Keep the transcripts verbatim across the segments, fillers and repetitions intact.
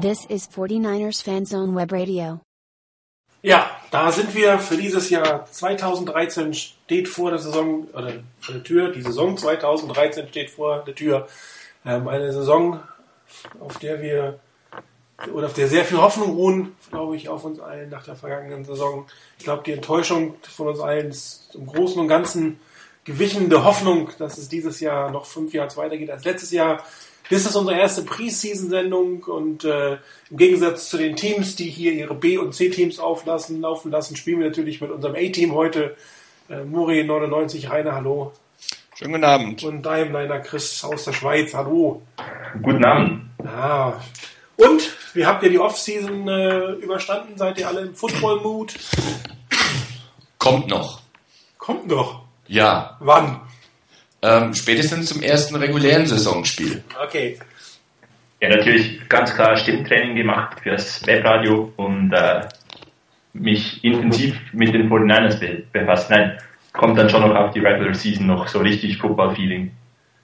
This is forty-niners Fanzone Web Radio. Ja, da sind wir für dieses Jahr zwanzig dreizehn steht vor der Saison, oder vor der Tür, die Saison zwanzig dreizehn steht vor der Tür. Ähm, eine Saison, auf der wir, oder auf der sehr viel Hoffnung ruhen, glaube ich, auf uns allen nach der vergangenen Saison. Ich glaube, die Enttäuschung von uns allen ist im Großen und Ganzen gewichen der Hoffnung, dass es dieses Jahr noch fünf Jahre weitergeht als letztes Jahr. Das ist unsere erste Preseason-Sendung und äh, im Gegensatz zu den Teams, die hier ihre B- und C-Teams auflassen, laufen lassen, spielen wir natürlich mit unserem A-Team heute. Äh, Muri neunundneunzig, Rainer, hallo. Schönen guten Abend. Und Daimliner Chris aus der Schweiz, hallo. Guten Abend. Ah. Und, wie habt ihr die Off-Season äh, überstanden? Seid ihr alle im Football-Mood? Kommt noch. Kommt noch? Ja. Wann? Ähm, spätestens zum ersten regulären Saisonspiel. Okay. Ja, natürlich ganz klar Stimmtraining gemacht fürs Webradio und äh, mich intensiv mit den forty-niners be- befasst. Nein, kommt dann schon noch auf die Regular Season noch so richtig Football-Feeling.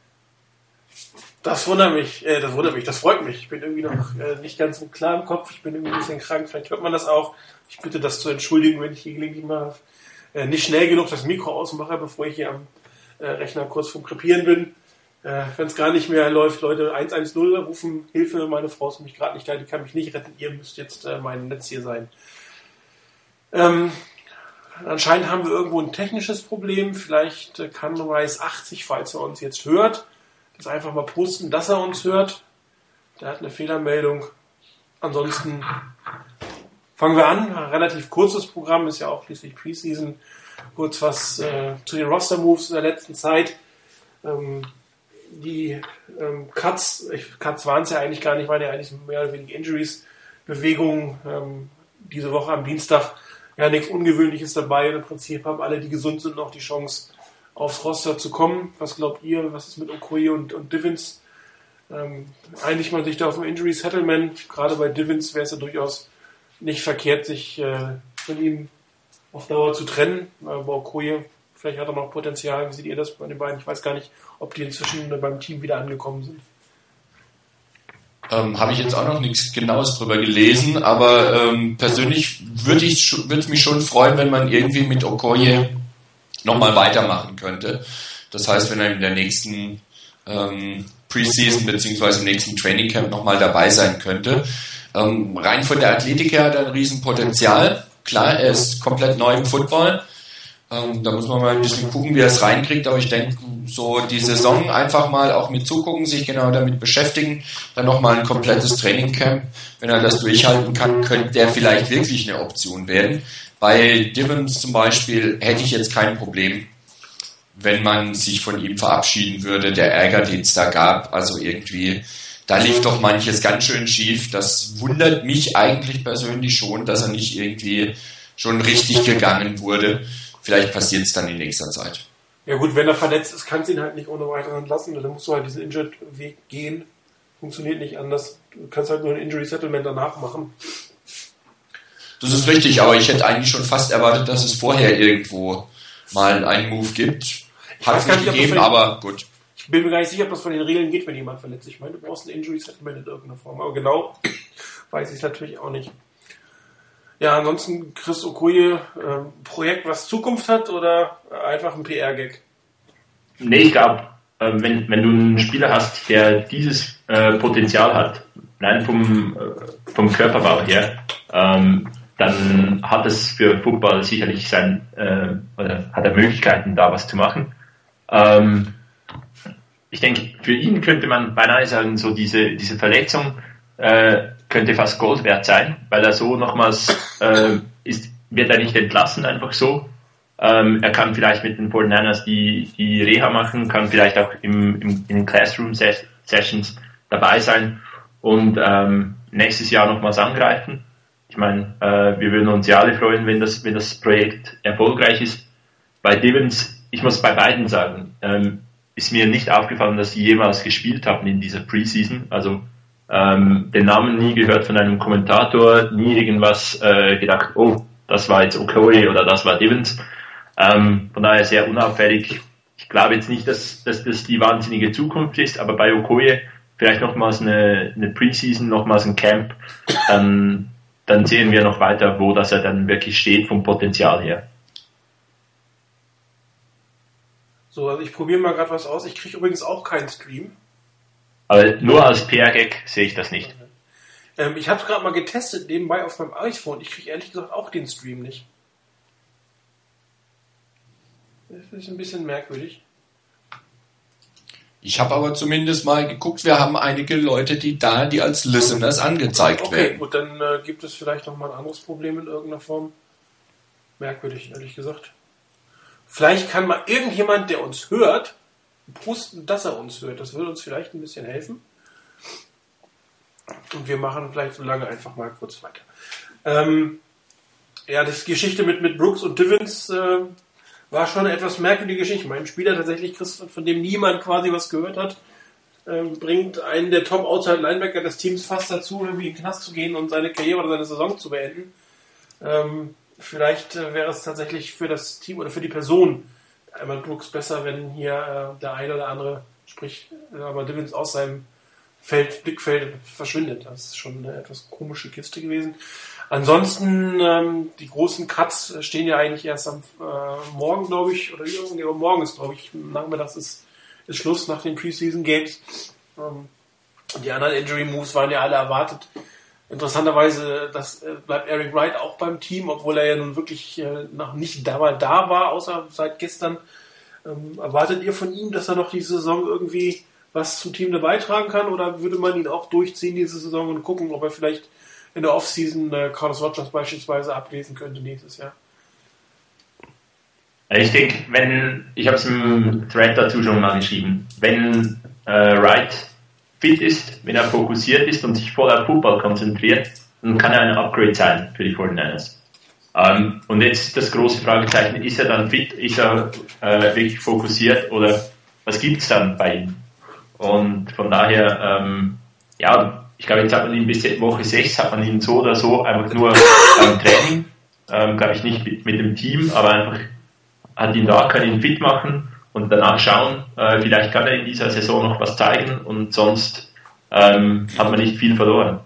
Das wundert mich, äh, das wundert mich, das freut mich. Ich bin irgendwie noch äh, nicht ganz so klar im Kopf, ich bin irgendwie ein bisschen krank, vielleicht hört man das auch. Ich bitte das zu entschuldigen, wenn ich hier gelegentlich mal äh, nicht schnell genug das Mikro ausmache, bevor ich hier am äh, Rechner kurz vorm Krepieren bin. Äh, wenn es gar nicht mehr läuft, Leute, eins eins null rufen, Hilfe, meine Frau ist nämlich gerade nicht da, die kann mich nicht retten, ihr müsst jetzt äh, mein Netz hier sein. Ähm, anscheinend haben wir irgendwo ein technisches Problem, vielleicht äh, kann Rice achtzig, falls er uns jetzt hört, das einfach mal posten, dass er uns hört. Der hat eine Fehlermeldung. Ansonsten fangen wir an. Ein relativ kurzes Programm, ist ja auch schließlich Preseason. Kurz was äh, zu den Roster-Moves in der letzten Zeit. Ähm, die ähm, Cuts, ich, Cuts waren es ja eigentlich gar nicht, waren ja eigentlich mehr oder weniger Injuries, Bewegungen. Ähm, diese Woche am Dienstag ja nichts Ungewöhnliches dabei. Im Prinzip haben alle, die gesund sind, noch die Chance, aufs Roster zu kommen. Was glaubt ihr? Was ist mit Okoye und, und Divins? Ähm, einigt man sich da auf dem Injury Settlement. Gerade bei Divins wäre es ja durchaus nicht verkehrt, sich äh, von ihm auf Dauer zu trennen. Äh, bei Okoye, vielleicht hat er noch Potenzial. Wie seht ihr das bei den beiden? Ich weiß gar nicht, ob die inzwischen beim Team wieder angekommen sind. Ähm, Habe ich jetzt auch noch nichts Genaues drüber gelesen, aber ähm, persönlich würde ich würde es mich schon freuen, wenn man irgendwie mit Okoye nochmal weitermachen könnte. Das heißt, wenn er in der nächsten ähm, Preseason beziehungsweise im nächsten Training Camp nochmal dabei sein könnte. Ähm, rein von der Athletik her hat er ein Riesenpotenzial. Klar, er ist komplett neu im Football. Ähm, da muss man mal ein bisschen gucken, wie er es reinkriegt. Aber ich denke, so die Saison einfach mal auch mit zugucken, sich genau damit beschäftigen. Dann nochmal ein komplettes Training Camp. Wenn er das durchhalten kann, könnte der vielleicht wirklich eine Option werden. Bei Divins zum Beispiel hätte ich jetzt kein Problem, wenn man sich von ihm verabschieden würde. Der Ärger, den es da gab, also irgendwie, da lief doch manches ganz schön schief. Das wundert mich eigentlich persönlich schon, dass er nicht irgendwie schon richtig gegangen wurde. Vielleicht passiert es dann in nächster Zeit. Ja gut, wenn er verletzt ist, kannst du ihn halt nicht ohne weiteres entlassen. Dann musst du halt diesen Injured-Weg gehen. Funktioniert nicht anders. Du kannst halt nur ein Injury-Settlement danach machen. Das ist richtig, aber ich hätte eigentlich schon fast erwartet, dass es vorher irgendwo mal einen Move gibt. Hat es nicht gegeben, den, aber gut. Ich bin mir gar nicht sicher, ob das von den Regeln geht, wenn jemand verletzt. Ich meine, du brauchst ein Injury Settlement in irgendeiner Form. Aber genau weiß ich es natürlich auch nicht. Ja, ansonsten Chris Okoye, äh, Projekt, was Zukunft hat oder einfach ein P R-Gag? Nee, ich glaube, äh, wenn, wenn du einen Spieler hast, der dieses äh, Potenzial hat, rein vom, äh, vom Körperbau her, ähm, dann hat es für Football sicherlich sein, äh, oder hat er Möglichkeiten, da was zu machen. Ähm, ich denke, für ihn könnte man beinahe sagen, so diese, diese Verletzung äh, könnte fast Gold wert sein, weil er so nochmals äh, ist, wird er nicht entlassen, einfach so. Ähm, er kann vielleicht mit den forty-niners die, die Reha machen, kann vielleicht auch im, im, in den Classroom-Sessions dabei sein und ähm, nächstes Jahr nochmals angreifen. Ich meine, äh, wir würden uns ja alle freuen, wenn das, wenn das Projekt erfolgreich ist. Bei Divins, ich muss bei beiden sagen, ähm, ist mir nicht aufgefallen, dass sie jemals gespielt haben in dieser Preseason. Also ähm, den Namen nie gehört von einem Kommentator, nie irgendwas äh, gedacht, oh, das war jetzt Okoye oder das war Divins. Ähm, von daher sehr unauffällig. Ich glaube jetzt nicht, dass, dass das die wahnsinnige Zukunft ist, aber bei Okoye vielleicht nochmals eine, eine Preseason, nochmals ein Camp, dann, dann sehen wir noch weiter, wo das er dann wirklich steht vom Potenzial her. So, also ich probiere mal gerade was aus. Ich kriege übrigens auch keinen Stream. Aber nur als P R-Gag sehe ich das nicht. Ähm, ich habe es gerade mal getestet, nebenbei auf meinem iPhone. Ich kriege ehrlich gesagt auch den Stream nicht. Das ist ein bisschen merkwürdig. Ich habe aber zumindest mal geguckt, wir haben einige Leute, die da, die als Listeners angezeigt okay, werden. Gut, dann äh, gibt es vielleicht noch mal ein anderes Problem in irgendeiner Form. Merkwürdig, ehrlich gesagt. Vielleicht kann mal irgendjemand, der uns hört, posten, dass er uns hört. Das würde uns vielleicht ein bisschen helfen. Und wir machen vielleicht so lange einfach mal kurz weiter. Ähm, ja, das Geschichte mit, mit Brooks und Divins äh, war schon eine etwas merkwürdige Geschichte. Mein Spieler tatsächlich, Christoph, von dem niemand quasi was gehört hat, äh, bringt einen der Top-Outside-Linebacker des Teams fast dazu, irgendwie in den Knast zu gehen und seine Karriere oder seine Saison zu beenden. Ähm, vielleicht äh, wäre es tatsächlich für das Team oder für die Person einmal Brooks besser, wenn hier äh, der eine oder andere, sprich, äh, aber Divins aus seinem Feld, Blickfeld verschwindet. Das ist schon eine etwas komische Kiste gewesen. Ansonsten, ähm, die großen Cuts stehen ja eigentlich erst am äh, Morgen, glaube ich, oder irgendwie, aber morgen ist, glaube ich, nachmittags ist, ist Schluss nach den Preseason Games. Ähm, die anderen Injury Moves waren ja alle erwartet. Interessanterweise, das äh, bleibt Eric Wright auch beim Team, obwohl er ja nun wirklich äh, noch nicht da, mal da war, außer seit gestern. Ähm, erwartet ihr von ihm, dass er noch diese Saison irgendwie was zum Team beitragen kann, oder würde man ihn auch durchziehen diese Saison und gucken, ob er vielleicht in der Offseason äh, Carlos Rogers beispielsweise ablesen könnte nächstes Jahr? Ich denke, wenn, ich habe es im Thread dazu schon mal geschrieben, wenn äh, Wright fit ist, wenn er fokussiert ist und sich voll auf Football konzentriert, dann kann er ein Upgrade sein für die forty-niners. Ähm, und jetzt das große Fragezeichen, ist er dann fit, ist er äh, wirklich fokussiert, oder was gibt es dann bei ihm? Und von daher, ähm, ja, ich glaube, jetzt hat man ihn bis Woche sechs, hat man ihn so oder so einfach nur beim Training, ähm, glaube ich nicht mit, mit dem Team, aber einfach hat ihn da, kann ihn fit machen und danach schauen, äh, vielleicht kann er in dieser Saison noch was zeigen, und sonst ähm, hat man nicht viel verloren.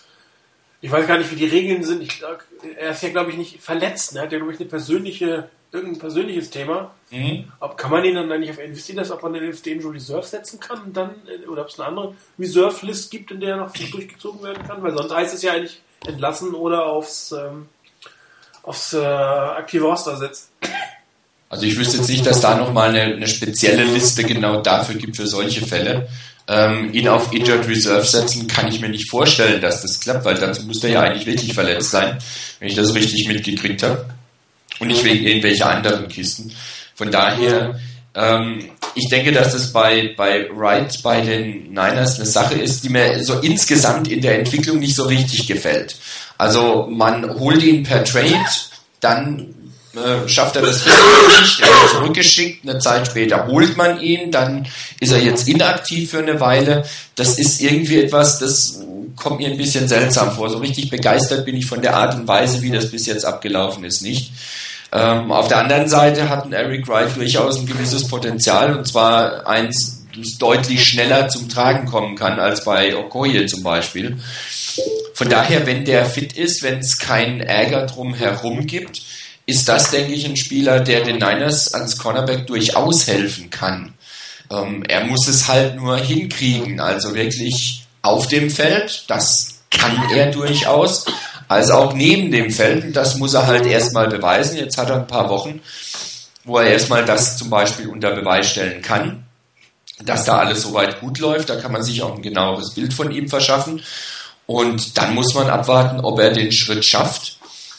Ich weiß gar nicht, wie die Regeln sind. Ich, er ist ja, glaube ich, nicht verletzt. Ne? Er hat ja, glaube ich, eine persönliche, irgendein persönliches Thema. Mhm. Ob, kann man ihn dann nicht auf N F C das, ob man den auf den Injury Reserve setzen kann und dann, oder ob es eine andere Reserve-List gibt, in der noch durchgezogen werden kann? Weil sonst heißt es ja eigentlich entlassen oder aufs, ähm, aufs äh, aktive Roster setzen. Also ich wüsste jetzt nicht, dass da nochmal eine, eine spezielle Liste genau dafür gibt für solche Fälle. Ähm, ihn auf Injured Reserve setzen, kann ich mir nicht vorstellen, dass das klappt, weil dazu müsste er ja eigentlich wirklich verletzt sein, wenn ich das richtig mitgekriegt habe. Und nicht wegen irgendwelcher anderen Kisten. Von daher, ähm, ich denke, dass das bei, bei Wright, bei den Niners eine Sache ist, die mir so insgesamt in der Entwicklung nicht so richtig gefällt. Also man holt ihn per Trade, dann Äh, schafft er das nicht, er wird zurückgeschickt, eine Zeit später holt man ihn, dann ist er jetzt inaktiv für eine Weile. Das ist irgendwie etwas, das kommt mir ein bisschen seltsam vor. So richtig begeistert bin ich von der Art und Weise, wie das bis jetzt abgelaufen ist, nicht. Ähm, auf der anderen Seite hat ein Eric Wright durchaus ein gewisses Potenzial, und zwar eins, das deutlich schneller zum Tragen kommen kann als bei Okoye zum Beispiel. Von daher, wenn der fit ist, wenn es keinen Ärger drum herum gibt, ist das, denke ich, ein Spieler, der den Niners als Cornerback durchaus helfen kann. Ähm, er muss es halt nur hinkriegen, also wirklich auf dem Feld, das kann er durchaus, als auch neben dem Feld, das muss er halt erstmal beweisen. Jetzt hat er ein paar Wochen, wo er erstmal das zum Beispiel unter Beweis stellen kann, dass da alles soweit gut läuft, da kann man sich auch ein genaueres Bild von ihm verschaffen, und dann muss man abwarten, ob er den Schritt schafft.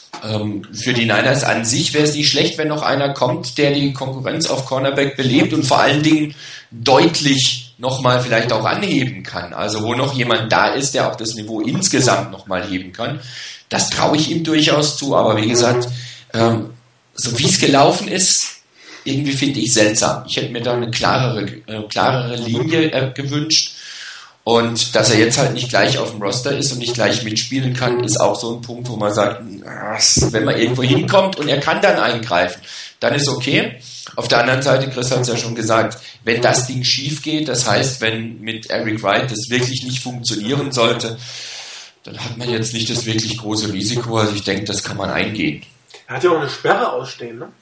Für die Niners an sich wäre es nicht schlecht, wenn noch einer kommt, der die Konkurrenz auf Cornerback belebt und vor allen Dingen deutlich nochmal vielleicht auch anheben kann. Also wo noch jemand da ist, der auch das Niveau insgesamt nochmal heben kann. Das traue ich ihm durchaus zu, aber wie gesagt, so wie es gelaufen ist, irgendwie finde ich seltsam. Ich hätte mir da eine klarere, äh, klarere Linie äh, gewünscht. Und dass er jetzt halt nicht gleich auf dem Roster ist und nicht gleich mitspielen kann, ist auch so ein Punkt, wo man sagt, wenn man irgendwo hinkommt und er kann dann eingreifen, dann ist okay. Auf der anderen Seite, Chris hat es ja schon gesagt, wenn das Ding schief geht, das heißt, wenn mit Eric Wright das wirklich nicht funktionieren sollte, dann hat man jetzt nicht das wirklich große Risiko. Also ich denke, das kann man eingehen. Er hat ja auch eine Sperre ausstehen, ne?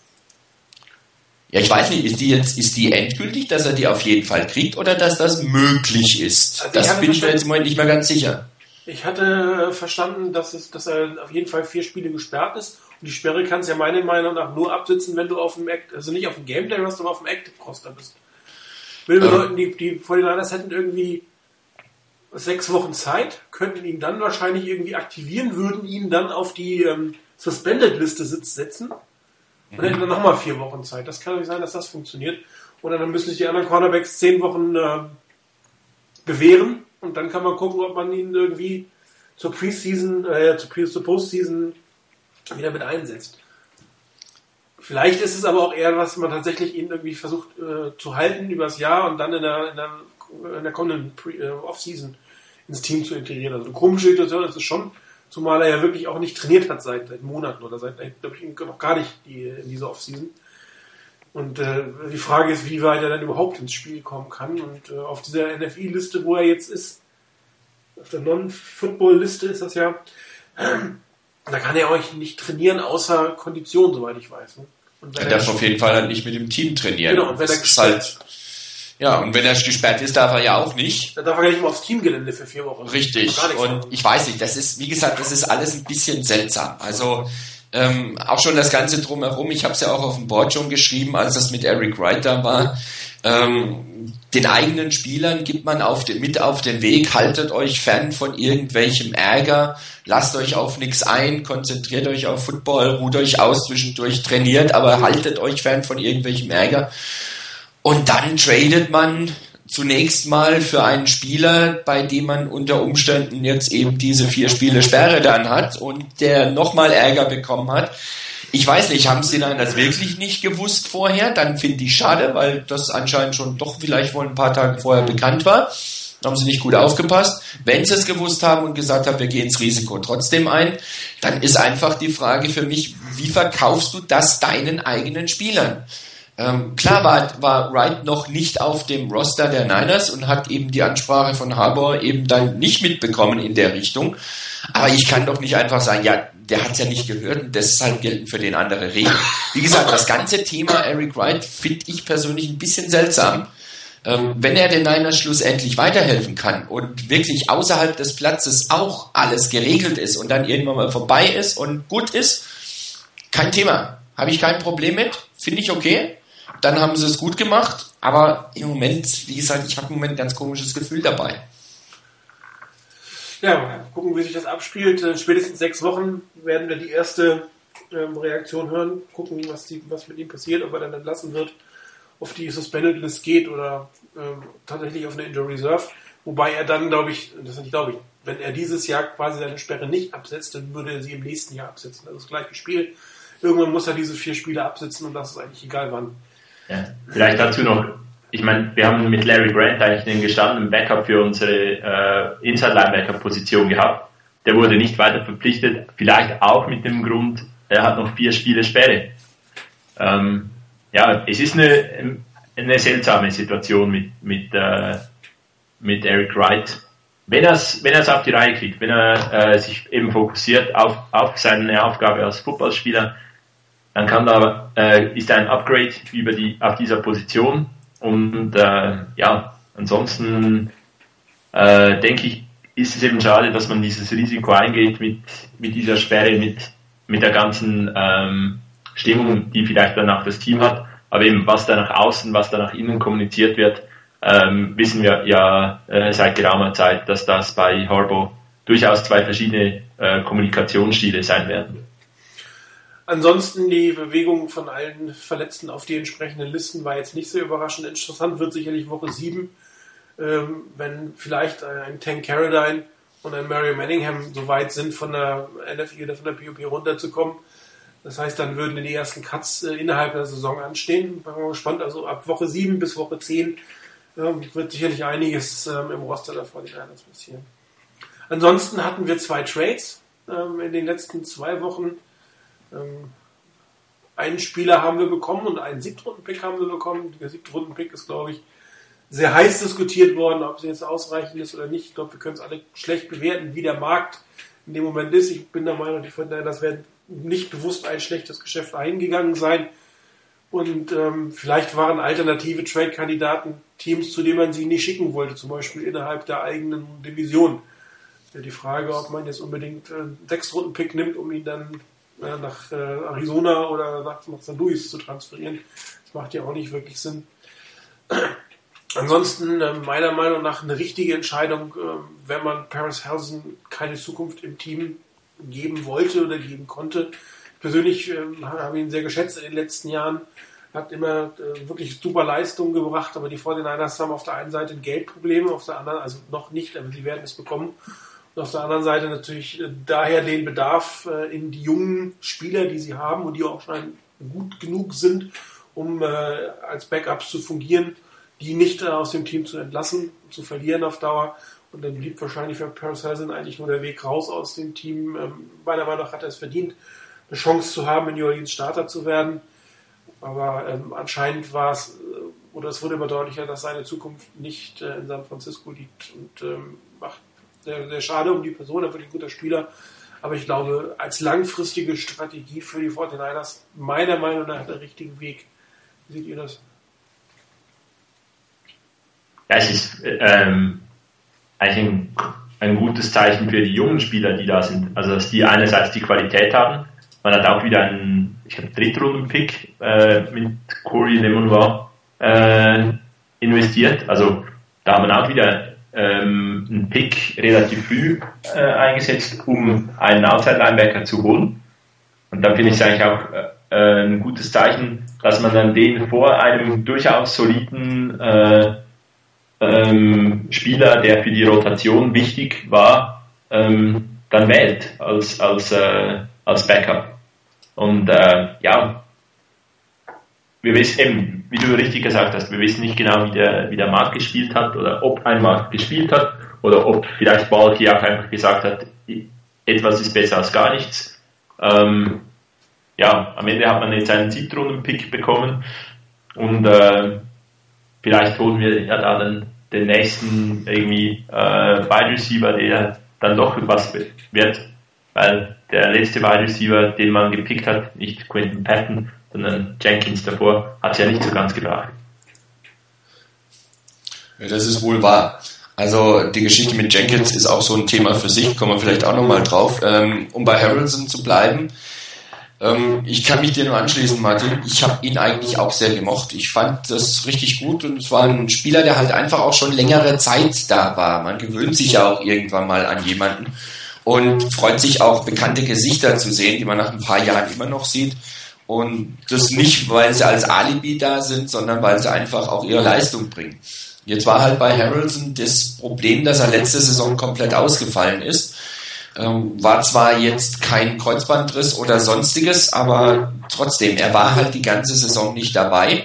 Ja, ich weiß nicht, ist die jetzt, ist die endgültig, dass er die auf jeden Fall kriegt oder dass das möglich ist? Also das bin ich mir jetzt im Moment nicht mehr ganz sicher. Ich hatte verstanden, dass, es, dass er auf jeden Fall vier Spiele gesperrt ist. Und die Sperre kannst du ja meiner Meinung nach nur absitzen, wenn du auf dem Act, also nicht auf dem Game Day hast, aber auf dem Active Roster bist. Will bedeuten, die, die forty-niners hätten irgendwie sechs Wochen Zeit, könnten ihn dann wahrscheinlich irgendwie aktivieren, würden ihn dann auf die ähm, Suspended-Liste setzen und hätten dann nochmal vier Wochen Zeit. Das kann nicht sein, dass das funktioniert. Oder dann müssen sich die anderen Cornerbacks zehn Wochen äh, bewähren und dann kann man gucken, ob man ihn irgendwie zur Preseason, äh, zur, Pre- zur Postseason wieder mit einsetzt. Vielleicht ist es aber auch eher, was man tatsächlich ihn irgendwie versucht äh, zu halten übers Jahr und dann in der, in der, in der kommenden Pre- äh, Offseason ins Team zu integrieren. Also eine komische Situation ist es schon, zumal er ja wirklich auch nicht trainiert hat seit, seit Monaten oder seit, glaube ich, noch gar nicht die, in dieser Offseason. Und äh, die Frage ist, wie weit er dann überhaupt ins Spiel kommen kann. Und äh, auf dieser N F I-Liste, wo er jetzt ist, auf der Non-Football-Liste ist das ja, da kann er euch nicht trainieren, außer Kondition, soweit ich weiß. Ne? Und er darf auf jeden Fall halt nicht mit dem Team trainieren. Genau, und wenn er halt, ja, und wenn er gesperrt ist, darf er ja auch nicht. Dann darf er gar nicht mal aufs Teamgelände für vier Wochen. Richtig. Und ich weiß nicht, das ist, wie gesagt, das ist alles ein bisschen seltsam. Also ähm, auch schon das Ganze drumherum. Ich habe es ja auch auf dem Board schon geschrieben, als das mit Eric Wright da war. Ähm, den eigenen Spielern gibt man auf den, mit auf den Weg, haltet euch fern von irgendwelchem Ärger, lasst euch auf nichts ein, konzentriert euch auf Football, ruht euch aus zwischendurch, trainiert, aber haltet euch fern von irgendwelchem Ärger. Und dann tradet man zunächst mal für einen Spieler, bei dem man unter Umständen jetzt eben diese vier Spiele Sperre dann hat und der nochmal Ärger bekommen hat. Ich weiß nicht, haben sie dann das wirklich nicht gewusst vorher? Dann finde ich schade, weil das anscheinend schon doch vielleicht wohl ein paar Tage vorher bekannt war. Da haben sie nicht gut aufgepasst. Wenn sie es gewusst haben und gesagt haben, wir gehen ins Risiko trotzdem ein, dann ist einfach die Frage für mich, wie verkaufst du das deinen eigenen Spielern? Ähm, klar war, war Wright noch nicht auf dem Roster der Niners und hat eben die Ansprache von Harbaugh eben dann nicht mitbekommen in der Richtung. Aber ich kann doch nicht einfach sagen, ja, der hat es ja nicht gehört und deshalb gelten für den andere Regeln. Wie gesagt, das ganze Thema Eric Wright finde ich persönlich ein bisschen seltsam. Ähm, wenn er den Niners schlussendlich weiterhelfen kann und wirklich außerhalb des Platzes auch alles geregelt ist und dann irgendwann mal vorbei ist und gut ist, kein Thema. Habe ich kein Problem mit, finde ich okay. Dann haben sie es gut gemacht, aber im Moment, wie gesagt, ich habe im Moment ein ganz komisches Gefühl dabei. Ja, gucken, wie sich das abspielt. In spätestens sechs Wochen werden wir die erste ähm, Reaktion hören, gucken, was, die, was mit ihm passiert, ob er dann entlassen wird, auf die Suspended List geht oder ähm, tatsächlich auf eine Injury Reserve. Wobei er dann, glaube ich, das ist nicht glaube ich, wenn er dieses Jahr quasi seine Sperre nicht absetzt, dann würde er sie im nächsten Jahr absetzen. Also das gleiche Spiel. Irgendwann muss er diese vier Spiele absitzen und das ist eigentlich egal wann. Ja, vielleicht dazu noch, ich meine, wir haben mit Larry Grant eigentlich den gestandenen Backup für unsere äh, Inside-Linebacker-Position gehabt. Der wurde nicht weiter verpflichtet, vielleicht auch mit dem Grund, er hat noch vier Spiele Sperre. Ähm, ja, es ist eine, eine seltsame Situation mit, mit, äh, mit Eric Wright. Wenn er es wenn auf die Reihe kriegt, wenn er äh, sich eben fokussiert auf, auf seine Aufgabe als Footballspieler, dann kann da, äh, ist ein Upgrade über die, auf dieser Position und äh, ja, ansonsten äh, denke ich, ist es eben schade, dass man dieses Risiko eingeht mit, mit dieser Sperre, mit, mit der ganzen ähm, Stimmung, die vielleicht danach das Team hat, aber eben was da nach außen, was da nach innen kommuniziert wird, ähm, wissen wir ja äh, seit geraumer Zeit, dass das bei Harbaugh durchaus zwei verschiedene äh, Kommunikationsstile sein werden. Ansonsten die Bewegung von allen Verletzten auf die entsprechenden Listen war jetzt nicht so überraschend. Interessant wird sicherlich Woche sieben, ähm, wenn vielleicht ein Tank Carradine und ein Mario Manningham so weit sind, von der N F L oder von der P O P runterzukommen. Das heißt, dann würden die ersten Cuts äh, innerhalb der Saison anstehen. Bin mal gespannt. Also ab Woche sieben bis Woche zehn ähm, wird sicherlich einiges ähm, im Roster der forty-niners passieren. Ansonsten hatten wir zwei Trades ähm, in den letzten zwei Wochen. einen Spieler haben wir bekommen und einen Siebtrunden-Pick haben wir bekommen. Der Siebtrunden-Pick ist, glaube ich, sehr heiß diskutiert worden, ob es jetzt ausreichend ist oder nicht. Ich glaube, wir können es alle schlecht bewerten, wie der Markt in dem Moment ist. Ich bin der Meinung, die Fortinanders werden nicht bewusst ein schlechtes Geschäft eingegangen sein. Und ähm, vielleicht waren alternative Trade-Kandidaten Teams, zu denen man sie nicht schicken wollte, zum Beispiel innerhalb der eigenen Division. Die Frage, ob man jetzt unbedingt einen Sechs-Runden-Pick nimmt, um ihn dann äh, nach äh, Arizona oder nach, nach Saint Louis zu transferieren. Das macht ja auch nicht wirklich Sinn. Ansonsten äh, meiner Meinung nach eine richtige Entscheidung, äh, wenn man Paris Harrison keine Zukunft im Team geben wollte oder geben konnte. Ich persönlich äh, habe ihn sehr geschätzt in den letzten Jahren, hat immer äh, wirklich super Leistungen gebracht, aber die Fortinanders haben auf der einen Seite ein Geldproblem, auf der anderen, also noch nicht, aber sie werden es bekommen. Und auf der anderen Seite natürlich äh, daher den Bedarf äh, in die jungen Spieler, die sie haben und die auch schon gut genug sind, um äh, als Backups zu fungieren, die nicht äh, aus dem Team zu entlassen, zu verlieren auf Dauer. Und dann blieb wahrscheinlich für Paris Harrison eigentlich nur der Weg raus aus dem Team. Ähm, meiner Meinung nach hat er es verdient, eine Chance zu haben, in New Orleans Starter zu werden. Aber ähm, anscheinend war es, äh, oder es wurde immer deutlicher, dass seine Zukunft nicht äh, in San Francisco liegt. Und ähm, macht sehr, sehr schade um die Person, er ist wirklich ein guter Spieler. Aber ich glaube, als langfristige Strategie für die Fortinanders, meiner Meinung nach der richtige Weg. Wie seht ihr das? Ja, es ist ähm, eigentlich ein, ein gutes Zeichen für die jungen Spieler, die da sind. Also, dass die einerseits die Qualität haben. Man hat auch wieder einen, ich glaube, Drittrunden-Pick äh, mit Corey Lemonroy äh, investiert. Also, da haben wir auch wieder ähm, einen Pick relativ früh äh, eingesetzt, um einen Outside-Linebacker zu holen. Und dann finde ich es eigentlich auch äh, ein gutes Zeichen, dass man dann den vor einem durchaus soliden äh, ähm, Spieler, der für die Rotation wichtig war, ähm, dann wählt als, als, äh, als Backup. Und äh, ja, wir wissen eben, wie du richtig gesagt hast, wir wissen nicht genau, wie der, wie der Markt gespielt hat oder ob ein Markt gespielt hat oder ob vielleicht Balky auch einfach gesagt hat, etwas ist besser als gar nichts. Ähm, ja, am Ende hat man jetzt einen Siebtrunden-Pick bekommen und äh, vielleicht holen wir ja da den, den nächsten irgendwie äh, Wide Receiver, der dann doch was wird, weil der letzte Wide Receiver, den man gepickt hat, nicht Quentin Patton, sondern Jenkins davor, hat es ja nicht so ganz gebracht. Ja, das ist wohl wahr. Also die Geschichte mit Jenkins ist auch so ein Thema für sich, kommen wir vielleicht auch nochmal drauf. Ähm, um bei Harrison zu bleiben, ähm, ich kann mich dir nur anschließen, Martin, ich habe ihn eigentlich auch sehr gemocht. Ich fand das richtig gut und es war ein Spieler, der halt einfach auch schon längere Zeit da war. Man gewöhnt sich ja auch irgendwann mal an jemanden und freut sich auch, bekannte Gesichter zu sehen, die man nach ein paar Jahren immer noch sieht. Und das nicht, weil sie als Alibi da sind, sondern weil sie einfach auch ihre Leistung bringen. Jetzt war halt bei Harrison das Problem, dass er letzte Saison komplett ausgefallen ist. Ähm, war zwar jetzt kein Kreuzbandriss oder sonstiges, aber trotzdem, er war halt die ganze Saison nicht dabei.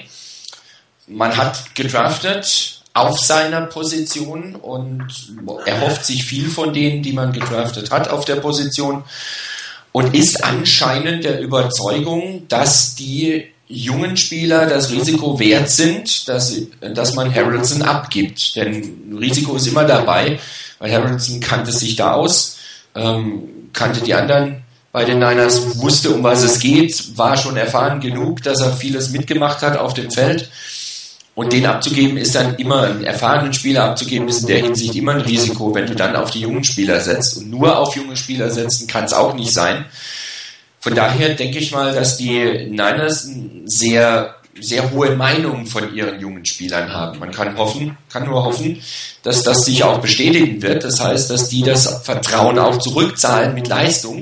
Man hat gedraftet auf seiner Position und er hofft sich viel von denen, die man gedraftet hat auf der Position. Und ist anscheinend der Überzeugung, dass die jungen Spieler das Risiko wert sind, dass, dass man Harrison abgibt. Denn Risiko ist immer dabei, weil Harrison kannte sich da aus, ähm, kannte die anderen bei den Niners, wusste, um was es geht, war schon erfahren genug, dass er vieles mitgemacht hat auf dem Feld. Und den abzugeben ist dann immer, einen erfahrenen Spieler abzugeben, ist in der Hinsicht immer ein Risiko, wenn du dann auf die jungen Spieler setzt. Und nur auf junge Spieler setzen kann es auch nicht sein. Von daher denke ich mal, dass die Niners eine sehr, sehr hohe Meinung von ihren jungen Spielern haben. Man kann hoffen, kann nur hoffen, dass das sich auch bestätigen wird. Das heißt, dass die das Vertrauen auch zurückzahlen mit Leistung,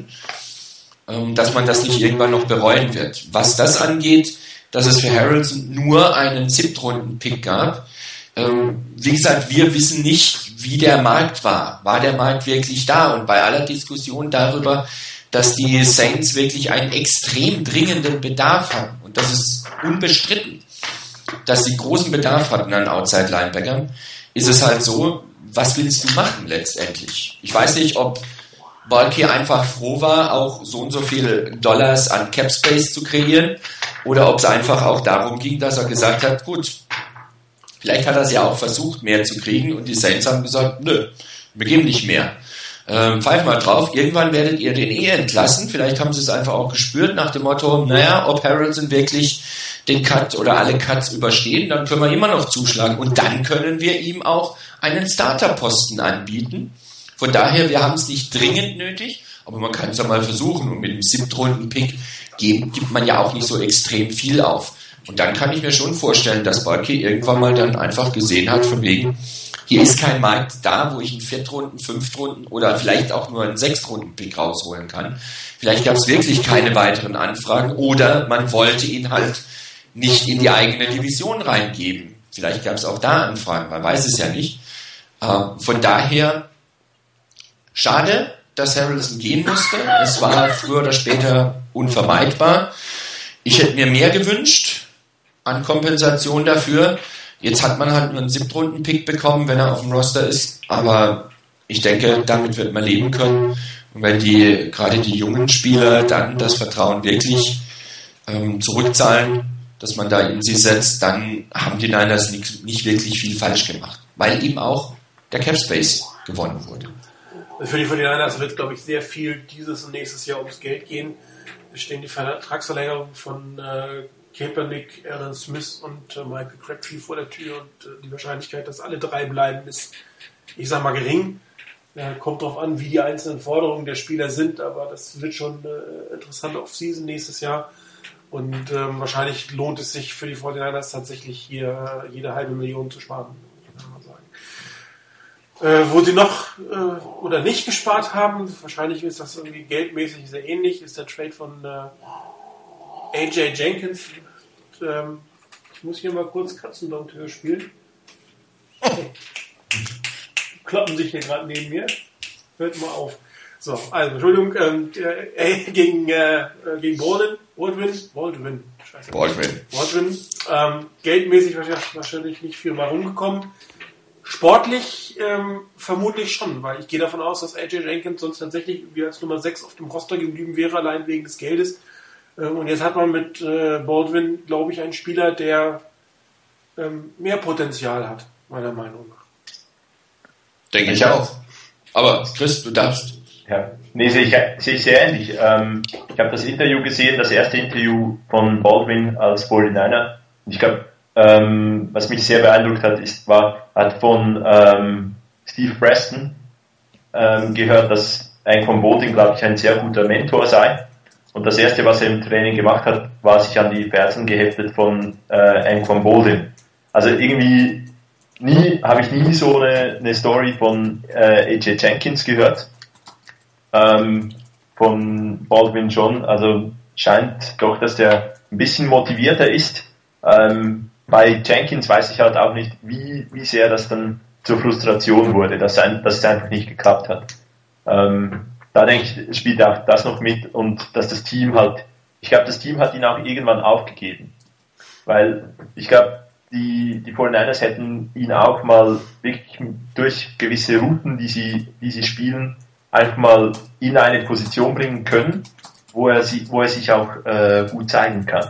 dass man das nicht irgendwann noch bereuen wird. Was das angeht, dass es für Harrison nur einen Siebtrunden-Pick gab. Ähm, wie gesagt, wir wissen nicht, wie der Markt war. War der Markt wirklich da? Und bei aller Diskussion darüber, dass die Saints wirklich einen extrem dringenden Bedarf hatten, und das ist unbestritten, dass sie großen Bedarf hatten an Outside-Linebackern, ist es halt so, was willst du machen letztendlich? Ich weiß nicht, ob Balky einfach froh war, auch so und so viel Dollars an Cap Space zu kreieren, oder ob es einfach auch darum ging, dass er gesagt hat, gut, vielleicht hat er es ja auch versucht, mehr zu kriegen, und die Saints haben gesagt, nö, wir geben nicht mehr. Ähm, pfeift mal drauf, irgendwann werdet ihr den eh entlassen. Vielleicht haben sie es einfach auch gespürt nach dem Motto, naja, ob Harrelson wirklich den Cut oder alle Cuts überstehen, dann können wir immer noch zuschlagen. Und dann können wir ihm auch einen Starterposten anbieten. Von daher, wir haben es nicht dringend nötig, aber man kann es ja mal versuchen. Und mit dem Siebtrunden-Pick gibt man ja auch nicht so extrem viel auf. Und dann kann ich mir schon vorstellen, dass Balky irgendwann mal dann einfach gesehen hat, von wegen, hier ist kein Markt da, wo ich einen Viertrunden-, Fünftrunden- oder vielleicht auch nur einen Sechstrunden-Pick rausholen kann. Vielleicht gab es wirklich keine weiteren Anfragen, oder man wollte ihn halt nicht in die eigene Division reingeben. Vielleicht gab es auch da Anfragen, man weiß es ja nicht. Äh, von daher, schade, dass Harrelson gehen musste. Es war früher oder später unvermeidbar. Ich hätte mir mehr gewünscht an Kompensation dafür. Jetzt hat man halt nur einen Siebtrunden-Pick bekommen, wenn er auf dem Roster ist, aber ich denke, damit wird man leben können. Und wenn die, gerade die jungen Spieler dann das Vertrauen wirklich ähm, zurückzahlen, dass man da in sie setzt, dann haben die Niners nicht, nicht wirklich viel falsch gemacht, weil eben auch der Cap Space gewonnen wurde. Für die Niners wird, glaube ich, sehr viel dieses und nächstes Jahr ums Geld gehen. Es stehen die Vertragsverlängerungen von äh, Kaepernick, Aaron Smith und äh, Michael Crabtree vor der Tür, und äh, die Wahrscheinlichkeit, dass alle drei bleiben, ist, ich sag mal, gering. Äh, kommt darauf an, wie die einzelnen Forderungen der Spieler sind, aber das wird schon äh, interessante Offseason nächstes Jahr, und ähm, wahrscheinlich lohnt es sich für die forty-niners tatsächlich hier äh, jede halbe Million zu sparen, kann man sagen. Äh, wo sie noch äh, oder nicht gespart haben, wahrscheinlich ist das irgendwie geldmäßig sehr ähnlich, ist der Trade von äh, A J Jenkins. Und, ähm, ich muss hier mal kurz Katzendompteur spielen. Kloppen sich hier gerade neben mir. Hört mal auf. So, also, Entschuldigung, ähm, äh, gegen, äh, gegen Baldwin, Baldwin, Baldwin, Scheiße. Baldwin. Baldwin, ähm, geldmäßig wahrscheinlich nicht viel mal rumgekommen. Sportlich ähm, vermutlich schon, weil ich gehe davon aus, dass A J Jenkins sonst tatsächlich wie als Nummer sechs auf dem Roster geblieben wäre, allein wegen des Geldes. Ähm, und jetzt hat man mit äh, Baldwin, glaube ich, einen Spieler, der ähm, mehr Potenzial hat, meiner Meinung nach. Denke ich auch. Aber Chris, du darfst. Ja, nee, sehe ich, sehe ich sehr ähnlich. Ähm, ich habe das Interview gesehen, das erste Interview von Baldwin als forty-niner. Und ich glaube, ähm, was mich sehr beeindruckt hat, ist, war, hat von ähm, Steve Preston ähm, gehört, dass Anquan Boldin, glaube ich, ein sehr guter Mentor sei. Und das erste, was er im Training gemacht hat, war sich an die Fersen geheftet von äh, Anquan Boldin. Also irgendwie nie, habe ich nie so eine, eine Story von äh, A J Jenkins gehört. Ähm, von Baldwin schon. Also scheint doch, dass der ein bisschen motivierter ist. Ähm, bei Jenkins weiß ich halt auch nicht, wie, wie sehr das dann zur Frustration wurde, dass, ein, dass es einfach nicht geklappt hat. Ähm, da denke ich, spielt auch das noch mit, und dass das Team halt, ich glaube, das Team hat ihn auch irgendwann aufgegeben. Weil ich glaube, die, die forty-niners hätten ihn auch mal wirklich durch gewisse Routen, die sie, die sie spielen, einfach mal in eine Position bringen können, wo er, sie, wo er sich auch äh, gut zeigen kann.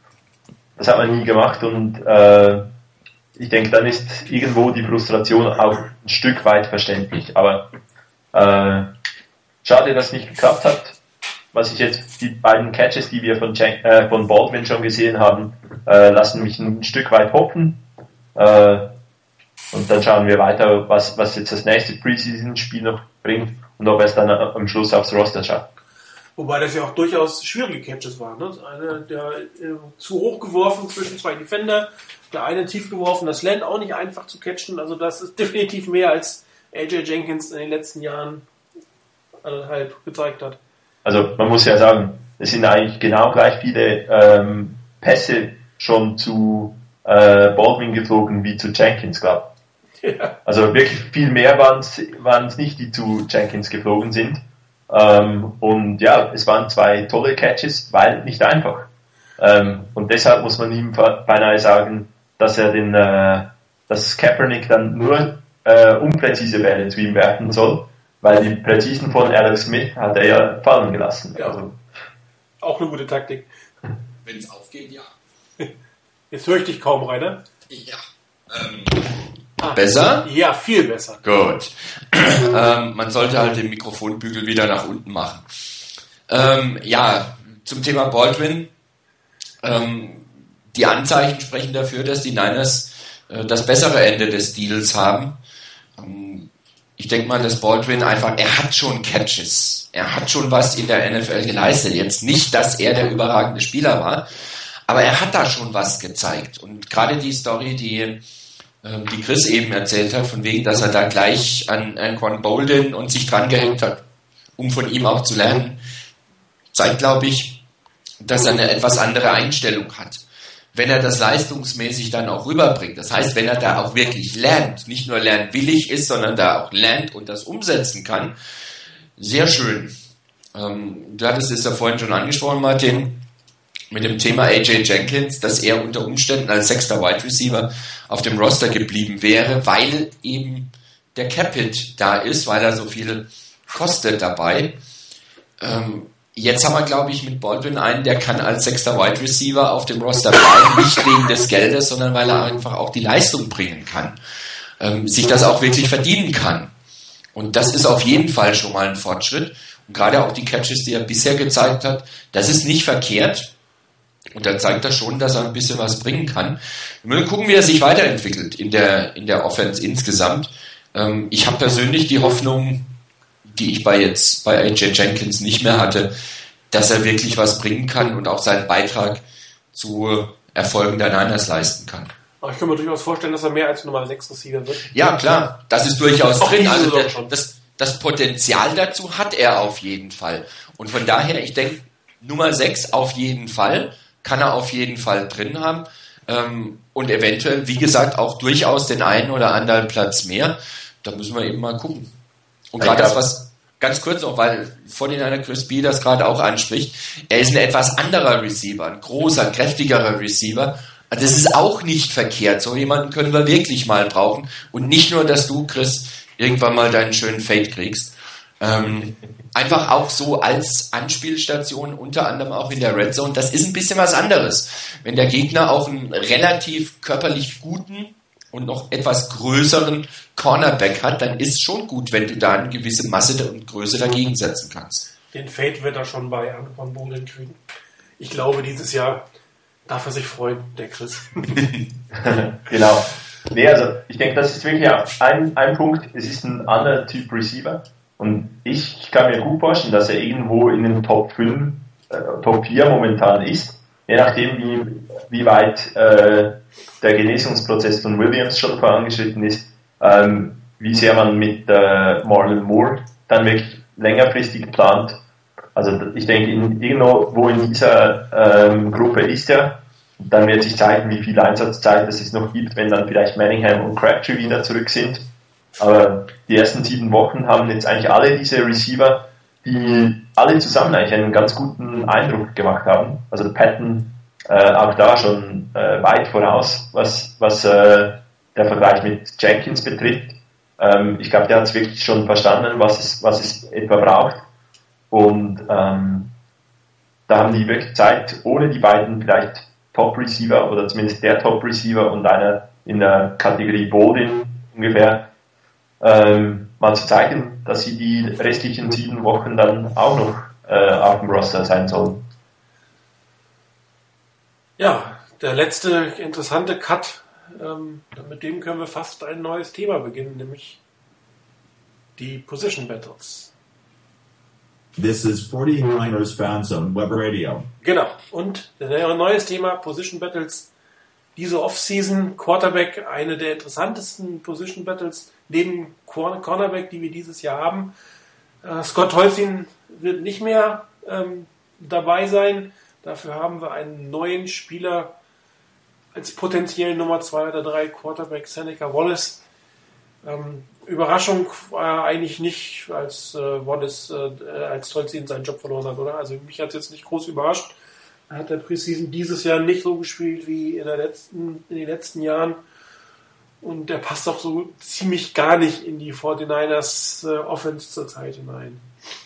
Das hat man nie gemacht, und äh, ich denke, dann ist irgendwo die Frustration auch ein Stück weit verständlich. Aber äh, schade, dass es nicht geklappt hat. Was ich jetzt, die beiden Catches, die wir von, Jack, äh, von Baldwin schon gesehen haben, äh, lassen mich ein Stück weit hoffen. Äh, und dann schauen wir weiter, was, was jetzt das nächste Preseason-Spiel noch bringt und ob er es dann am Schluss aufs Roster schafft. Wobei das ja auch durchaus schwierige Catches waren. Ne? Eine, der äh, zu hoch geworfen zwischen zwei Defender, der eine tief geworfen, das Land auch nicht einfach zu catchen. Also das ist definitiv mehr, als A J Jenkins in den letzten Jahren anderthalb gezeigt hat. Also man muss ja sagen, es sind eigentlich genau gleich viele ähm, Pässe schon zu äh, Baldwin geflogen wie zu Jenkins, glaube ich. Ja. Also wirklich viel mehr waren es nicht, die zu Jenkins geflogen sind. Ähm, und ja, es waren zwei tolle Catches, weil nicht einfach. Ähm, und deshalb muss man ihm beinahe sagen, dass er den, äh, dass Kaepernick dann nur äh, unpräzise Bälle zu ihm werfen soll, weil die Präzisen von Alex Smith hat er ja fallen gelassen. Ja. Also. Auch eine gute Taktik. Wenn es aufgeht, ja. Jetzt höre ich dich kaum, Rainer. Ja. Ähm, ah, besser? Ja, viel besser. Gut. ähm, man sollte halt den Mikrofonbügel wieder nach unten machen. Ähm, ja, zum Thema Baldwin. Ähm, die Anzeichen sprechen dafür, dass die Niners äh, das bessere Ende des Deals haben. Ähm, ich denke mal, dass Baldwin einfach, er hat schon Catches. Er hat schon was in der N F L geleistet. Jetzt nicht, dass er der überragende Spieler war, aber er hat da schon was gezeigt. Und gerade die Story, die, ähm, die Chris eben erzählt hat, von wegen, dass er da gleich an Anquan Boldin und sich dran gehängt hat, um von ihm auch zu lernen, zeigt, glaube ich, dass er eine etwas andere Einstellung hat. Wenn er das leistungsmäßig dann auch rüberbringt, das heißt, wenn er da auch wirklich lernt, nicht nur lernwillig ist, sondern da auch lernt und das umsetzen kann, sehr schön. Ähm, du hattest es ja vorhin schon angesprochen, Martin, mit dem Thema A J Jenkins, dass er unter Umständen als sechster Wide Receiver auf dem Roster geblieben wäre, weil eben der Cap-Hit da ist, weil er so viel kostet dabei. Ähm, Jetzt haben wir, glaube ich, mit Baldwin einen, der kann als sechster Wide Receiver auf dem Roster bleiben, nicht wegen des Geldes, sondern weil er einfach auch die Leistung bringen kann, ähm, sich das auch wirklich verdienen kann. Und das ist auf jeden Fall schon mal ein Fortschritt. Und gerade auch die Catches, die er bisher gezeigt hat, das ist nicht verkehrt. Und da zeigt er schon, dass er ein bisschen was bringen kann. Wir müssen gucken, wie er sich weiterentwickelt in der, in der Offense insgesamt. Ähm, ich habe persönlich die Hoffnung, die ich bei jetzt bei A J Jenkins nicht mehr hatte, dass er wirklich was bringen kann und auch seinen Beitrag zu Erfolgen der Niners leisten kann. Aber ich kann mir durchaus vorstellen, dass er mehr als Nummer sechs Receiver wird. Ja, klar, das ist durchaus auch drin. Also der, schon. das, das Potenzial dazu hat er auf jeden Fall. Und von daher, ich denke, Nummer sechs auf jeden Fall, kann er auf jeden Fall drin haben. Ähm, und eventuell, wie gesagt, auch durchaus den einen oder anderen Platz mehr. Da müssen wir eben mal gucken. Und gerade das, was, ganz kurz noch, weil forty-niner Chris B das gerade auch anspricht, er ist ein etwas anderer Receiver, ein großer, kräftigerer Receiver. Also das ist auch nicht verkehrt. So jemanden können wir wirklich mal brauchen. Und nicht nur, dass du, Chris, irgendwann mal deinen schönen Fade kriegst. Ähm, einfach auch so als Anspielstation, unter anderem auch in der Red Zone. Das ist ein bisschen was anderes. Wenn der Gegner auch einen relativ körperlich guten und noch etwas größeren Cornerback hat, dann ist schon gut, wenn du da eine gewisse Masse und Größe dagegen setzen kannst. Den Fade wird er schon bei Anquan Boldin kriegen. Ich glaube, dieses Jahr darf er sich freuen, der Chris. Genau. Nee, also ich denke, das ist wirklich ein, ein Punkt. Es ist ein anderer Typ Receiver. Und ich kann mir gut vorstellen, dass er irgendwo in den Top fünf, äh, Top vier momentan ist. Je nachdem, wie, wie weit äh, der Genesungsprozess von Williams schon vorangeschritten ist, ähm, wie sehr man mit äh, Marlon Moore dann wirklich längerfristig plant. Also ich denke, in, irgendwo in dieser ähm, Gruppe ist er. Dann wird sich zeigen, wie viel Einsatzzeit es noch gibt, wenn dann vielleicht Manningham und Crabtree wieder zurück sind. Aber die ersten sieben Wochen haben jetzt eigentlich alle diese Receiver, die alle zusammen eigentlich einen ganz guten Eindruck gemacht haben. Also Patton äh, auch da schon äh, weit voraus, was, was äh, der Vergleich mit Jenkins betrifft. Ähm, ich glaube, der hat es wirklich schon verstanden, was es, was es etwa braucht. Und ähm, da haben die wirklich Zeit, ohne die beiden vielleicht Top-Receiver oder zumindest der Top-Receiver und einer in der Kategorie Boldin ungefähr, ähm, mal zu zeigen, dass sie die restlichen sieben Wochen dann auch noch äh, auf dem Roster sein sollen. Ja, der letzte interessante Cut, ähm, mit dem können wir fast ein neues Thema beginnen, nämlich die Position Battles. This is forty-niners Fans on Web Radio. Genau, und ein neues Thema, Position Battles. Diese Offseason, Quarterback, eine der interessantesten Position Battles neben Cornerback, die wir dieses Jahr haben. Äh, Scott Tolzien wird nicht mehr ähm, dabei sein. Dafür haben wir einen neuen Spieler als potenziellen Nummer zwei oder drei Quarterback, Seneca Wallace. Ähm, Überraschung war eigentlich nicht, als äh, Wallace, äh, als Tolzien seinen Job verloren hat, oder? Also mich hat es jetzt nicht groß überrascht. Er hat der Preseason dieses Jahr nicht so gespielt wie in, der letzten, in den letzten Jahren. Und der passt auch so ziemlich gar nicht in die forty-niners äh, Offense zurzeit hinein.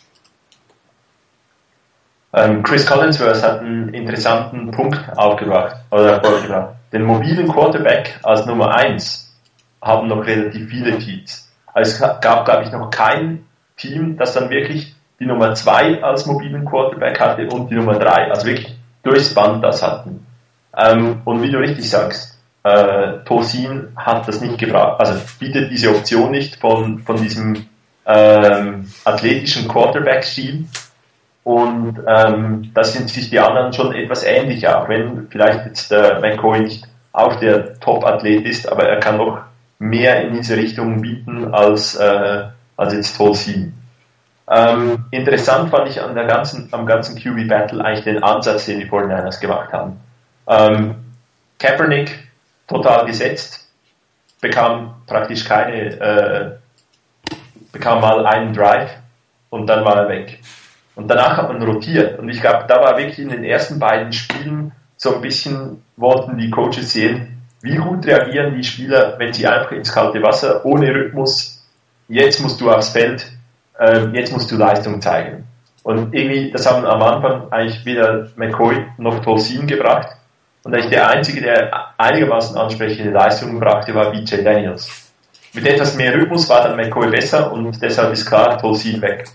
Ähm, Chris Collinsworth hat einen interessanten Punkt aufgebracht, oder vorgebracht. Den mobilen Quarterback als Nummer eins haben noch relativ viele Teams. Also es gab, glaube ich, noch kein Team, das dann wirklich die Nummer zwei als mobilen Quarterback hatte und die Nummer drei, also wirklich durchs Band das hatten. Ähm, und wie du richtig sagst, äh, Tosin hat das nicht gebraucht, also bietet diese Option nicht von, von diesem ähm, athletischen Quarterback-Stil. Und ähm, da sind sich die anderen schon etwas ähnlich, auch wenn vielleicht jetzt der McCoy nicht auch der Top-Athlet ist, aber er kann doch mehr in diese Richtung bieten als, äh, als jetzt Tosin. Ähm, interessant fand ich an der ganzen, am ganzen Q B-Battle eigentlich den Ansatz, den die forty-niners gemacht haben. Ähm, Kaepernick total gesetzt, bekam praktisch keine, äh, bekam mal einen Drive und dann war er weg. Und danach hat man rotiert. Und ich glaube, da war wirklich in den ersten beiden Spielen so ein bisschen, wollten die Coaches sehen, wie gut reagieren die Spieler, wenn sie einfach ins kalte Wasser, ohne Rhythmus, jetzt musst du aufs Feld, äh, jetzt musst du Leistung zeigen. Und irgendwie, das haben am Anfang eigentlich weder McCoy noch Tosin gebracht. Und eigentlich der Einzige, der einigermaßen ansprechende Leistungen brachte, war B J Daniels. Mit etwas mehr Rhythmus war dann McCoy besser und deshalb ist klar, Tosin weg.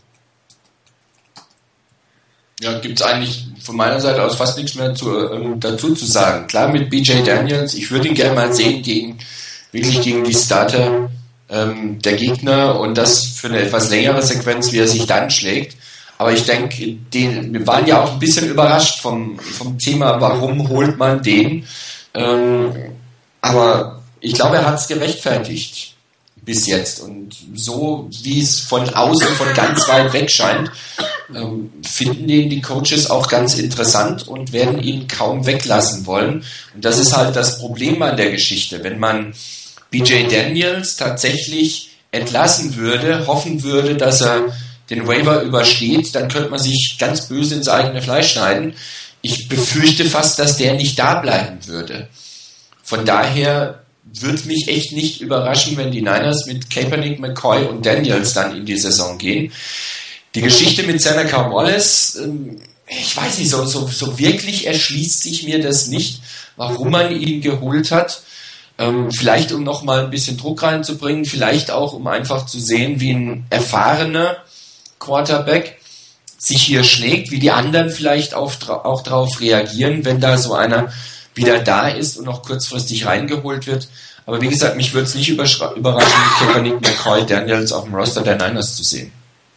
Ja, gibt's eigentlich von meiner Seite aus fast nichts mehr zu, ähm, dazu zu sagen. Klar, mit B J Daniels, ich würde ihn gerne mal sehen gegen, wirklich gegen die Starter ähm, der Gegner und das für eine etwas längere Sequenz, wie er sich dann schlägt. Aber ich denke, den, wir waren ja auch ein bisschen überrascht vom, vom Thema, warum holt man den. Ähm, aber ich glaube, er hat es gerechtfertigt bis jetzt. Und so, wie es von außen, von ganz weit weg scheint, ähm, finden den die Coaches auch ganz interessant und werden ihn kaum weglassen wollen. Und das ist halt das Problem an der Geschichte. Wenn man B J Daniels tatsächlich entlassen würde, hoffen würde, dass er den Waiver übersteht, dann könnte man sich ganz böse ins eigene Fleisch schneiden. Ich befürchte fast, dass der nicht da bleiben würde. Von daher würde mich echt nicht überraschen, wenn die Niners mit Kaepernick, McCoy und Daniels dann in die Saison gehen. Die Geschichte mit Seneca Wallace, ich weiß nicht, so, so, so wirklich erschließt sich mir das nicht, warum man ihn geholt hat. Ähm, vielleicht um nochmal ein bisschen Druck reinzubringen, vielleicht auch um einfach zu sehen, wie ein erfahrener Quarterback sich hier schlägt, wie die anderen vielleicht auch, auch darauf reagieren, wenn da so einer wieder da ist und noch kurzfristig reingeholt wird. Aber wie gesagt, mich würde es nicht überraschen, Kaepernick, McCoy, Daniels auf dem Roster der Niners zu sehen.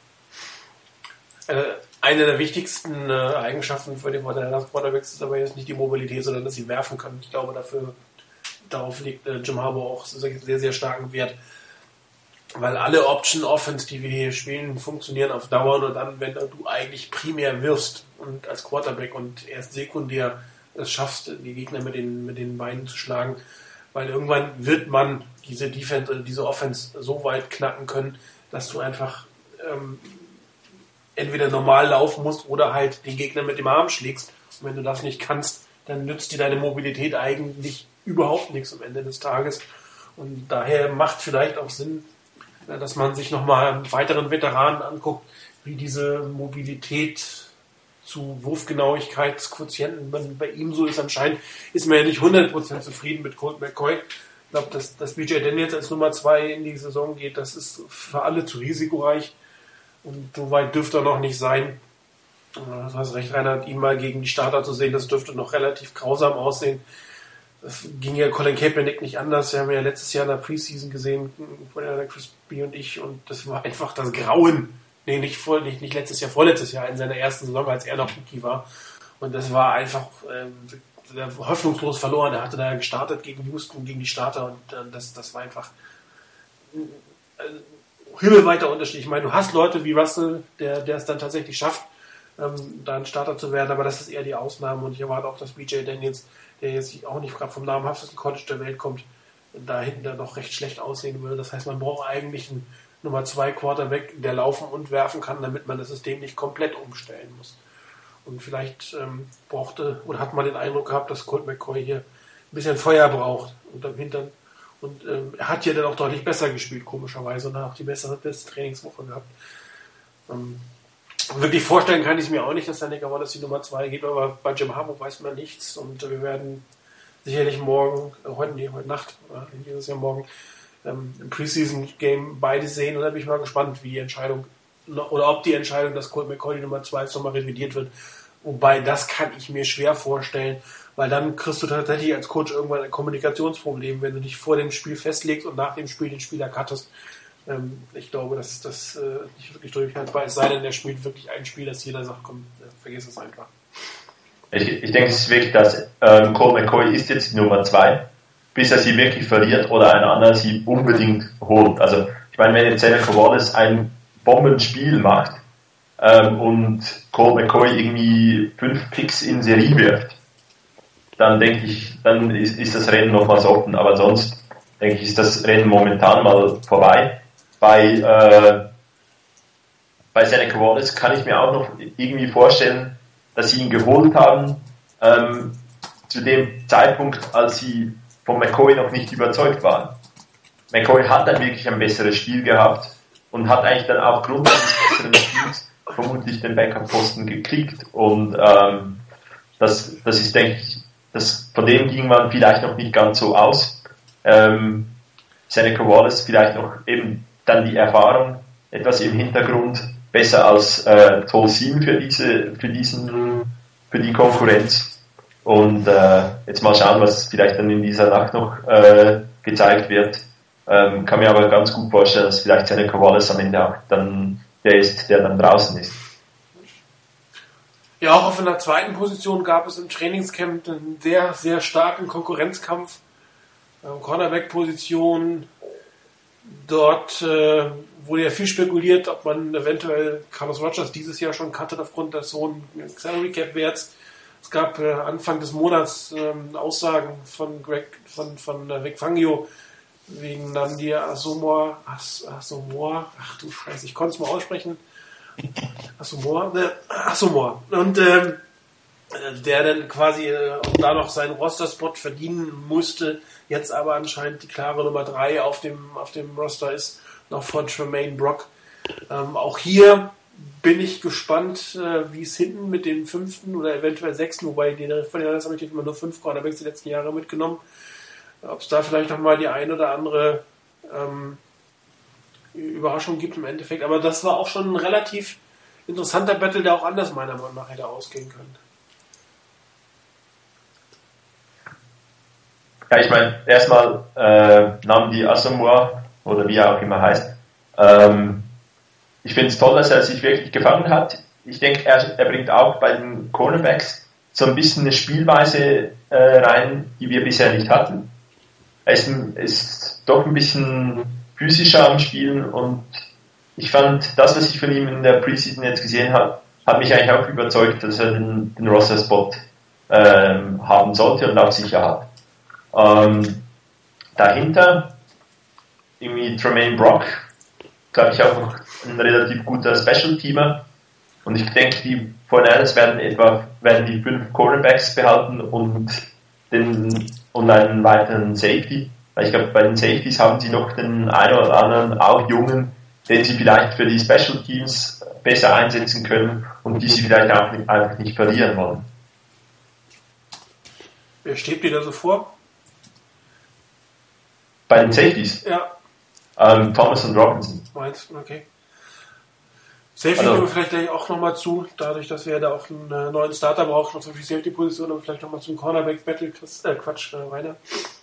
Eine der wichtigsten äh, Eigenschaften für den Quarterbacks ist aber jetzt nicht die Mobilität, sondern dass sie werfen können. Ich glaube, dafür darauf legt äh, Jim Harbaugh auch sehr, sehr, sehr starken Wert. Weil alle Option-Offense, die wir hier spielen, funktionieren auf Dauer nur dann, wenn du eigentlich primär wirfst und als Quarterback und erst sekundär es schaffst, die Gegner mit den, mit den Beinen zu schlagen. Weil irgendwann wird man diese Defense oder diese Offense so weit knacken können, dass du einfach ähm, entweder normal laufen musst oder halt den Gegner mit dem Arm schlägst. Und wenn du das nicht kannst, dann nützt dir deine Mobilität eigentlich überhaupt nichts am Ende des Tages. Und daher macht vielleicht auch Sinn, dass man sich nochmal einen weiteren Veteranen anguckt, wie diese Mobilität zu Wurfgenauigkeitsquotienten bei ihm so ist. Anscheinend ist man ja nicht hundert Prozent zufrieden mit Colt McCoy. Ich glaube, dass, dass B J Daniels als Nummer zwei in die Saison geht, das ist für alle zu risikoreich. Und so weit dürfte er noch nicht sein. Du hast recht, Reinhard, ihn mal gegen die Starter zu sehen, das dürfte noch relativ grausam aussehen. Das ging ja Colin Kaepernick nicht anders. Wir haben ja letztes Jahr in der Preseason gesehen, Chris B. und ich, und das war einfach das Grauen. Nee, nicht, vor, nicht, nicht letztes Jahr, vorletztes Jahr in seiner ersten Saison, als er noch Rookie war. Und das war einfach äh, hoffnungslos verloren. Er hatte da gestartet gegen Houston, gegen die Starter, und äh, das, das war einfach äh, himmelweiter Unterschied. Ich meine, du hast Leute wie Russell, der, der es dann tatsächlich schafft, ähm, da ein Starter zu werden, aber das ist eher die Ausnahme, und ich erwarte auch, dass B J Daniels, der jetzt auch nicht gerade vom namhaftesten College der Welt kommt, da hinten dann noch recht schlecht aussehen würde. Das heißt, man braucht eigentlich einen Nummer zwei Quarterback, der laufen und werfen kann, damit man das System nicht komplett umstellen muss. Und vielleicht ähm, brauchte oder hat man den Eindruck gehabt, dass Colt McCoy hier ein bisschen Feuer braucht unterm Hintern. Und ähm, er hat ja dann auch deutlich besser gespielt, komischerweise, und hat auch die bessere, beste Trainingswoche gehabt. Ähm, wirklich vorstellen kann ich es mir auch nicht, dass der Nicker Wallace die Nummer zwei gibt, aber bei Jim Harbaugh weiß man nichts. Und äh, wir werden sicherlich morgen, äh, heute, nee, heute Nacht, äh, dieses Jahr morgen, ähm, im Preseason-Game beide sehen. Und da bin ich mal gespannt, wie die Entscheidung, oder ob die Entscheidung, dass Colt McCoy die Nummer zwei ist, nochmal revidiert wird. Wobei, das kann ich mir schwer vorstellen, weil dann kriegst du tatsächlich als Coach irgendwann ein Kommunikationsproblem, wenn du dich vor dem Spiel festlegst und nach dem Spiel den Spieler cuttest. Ähm, ich glaube, dass das äh, nicht wirklich durchhaltbar ist, sei denn, der spielt wirklich ein Spiel, dass jeder sagt, komm, äh, vergiss es einfach. Ich, ich denke, es ist wirklich, dass ähm, Colt McCoy ist jetzt die Nummer zwei, bis er sie wirklich verliert oder ein anderer sie unbedingt holt. Also ich meine, wenn jetzt Seneca Wallace ein Bombenspiel macht ähm, und Colt McCoy irgendwie fünf Picks in Serie wirft, dann denke ich, dann ist, ist das Rennen nochmals offen. Aber sonst denke ich, ist das Rennen momentan mal vorbei. Bei, äh, bei Seneca Wallace kann ich mir auch noch irgendwie vorstellen, dass sie ihn geholt haben ähm, zu dem Zeitpunkt, als sie von McCoy noch nicht überzeugt waren. McCoy hat dann wirklich ein besseres Spiel gehabt und hat eigentlich dann aufgrund dieses besseren Spiels vermutlich den Backup-Posten gekriegt. Und ähm, das, das ist, denke ich, das, von dem ging man vielleicht noch nicht ganz so aus. Ähm, Seneca Wallace vielleicht noch eben dann die Erfahrung etwas im Hintergrund, besser als äh, Tolsim für diese, für diesen, für die Konkurrenz. Und äh, jetzt mal schauen, was vielleicht dann in dieser Nacht noch äh, gezeigt wird. Ähm, kann mir aber ganz gut vorstellen, dass vielleicht Seneca Wallace am Ende auch dann der ist, der dann draußen ist. Ja, auch auf einer zweiten Position gab es im Trainingscamp einen sehr, sehr starken Konkurrenzkampf. Ähm, Cornerback-Position, dort äh, wurde ja viel spekuliert, ob man eventuell Carlos Rogers dieses Jahr schon cuttet aufgrund des hohen Salary Cap Werts. Es gab äh, Anfang des Monats ähm, Aussagen von Greg, von, von äh, Vic Fangio wegen Nnamdi Asomugha, As, Asomugha, ach du Scheiße, ich konnte es mal aussprechen. Asomugha, ne, Asomugha. Und ähm, der dann quasi äh, da noch seinen Roster-Spot verdienen musste, jetzt aber anscheinend die klare Nummer drei auf dem, auf dem Roster ist, noch von Tremaine Brock. Ähm, auch hier bin ich gespannt, äh, wie es hinten mit den fünften oder eventuell sechsten, wobei die, von den anderen habe ich immer nur fünf Cornerbacks die letzten Jahre mitgenommen, ob es da vielleicht nochmal die ein oder andere ähm, Überraschung gibt im Endeffekt. Aber das war auch schon ein relativ interessanter Battle, der auch anders meiner Meinung nach hätte ausgehen können. Ja, ich meine, erstmal äh, Nnamdi Asomugha, oder wie er auch immer heißt. Ähm, ich finde es toll, dass er sich wirklich gefangen hat. Ich denke, er, er bringt auch bei den Cornerbacks so ein bisschen eine Spielweise äh, rein, die wir bisher nicht hatten. Er ist, ist doch ein bisschen physischer am Spielen und ich fand, das, was ich von ihm in der Preseason jetzt gesehen habe, hat mich eigentlich auch überzeugt, dass er den, den Roster-Spot ähm, haben sollte und auch sicher hat. Ähm, dahinter irgendwie Tremaine Brock, glaube ich, auch noch ein relativ guter Special-Teamer. Und ich denke, die Fortinanders werden etwa werden die fünf Cornerbacks behalten und den und einen weiteren Safety. Weil ich glaube, bei den Safeties haben sie noch den einen oder anderen, auch Jungen, den sie vielleicht für die Special Teams besser einsetzen können und die sie vielleicht auch nicht, einfach nicht verlieren wollen. Wer steht dir da so vor? Bei den Safeties? Ja. Ähm, Thomas und Robinson. Meinst du? Okay. Safety also, kommen wir vielleicht gleich auch nochmal zu, dadurch, dass wir da auch einen neuen Starter brauchen, noch so viel Safety-Position, aber vielleicht nochmal zum Cornerback-Battle, äh, Quatsch, äh, Rainer.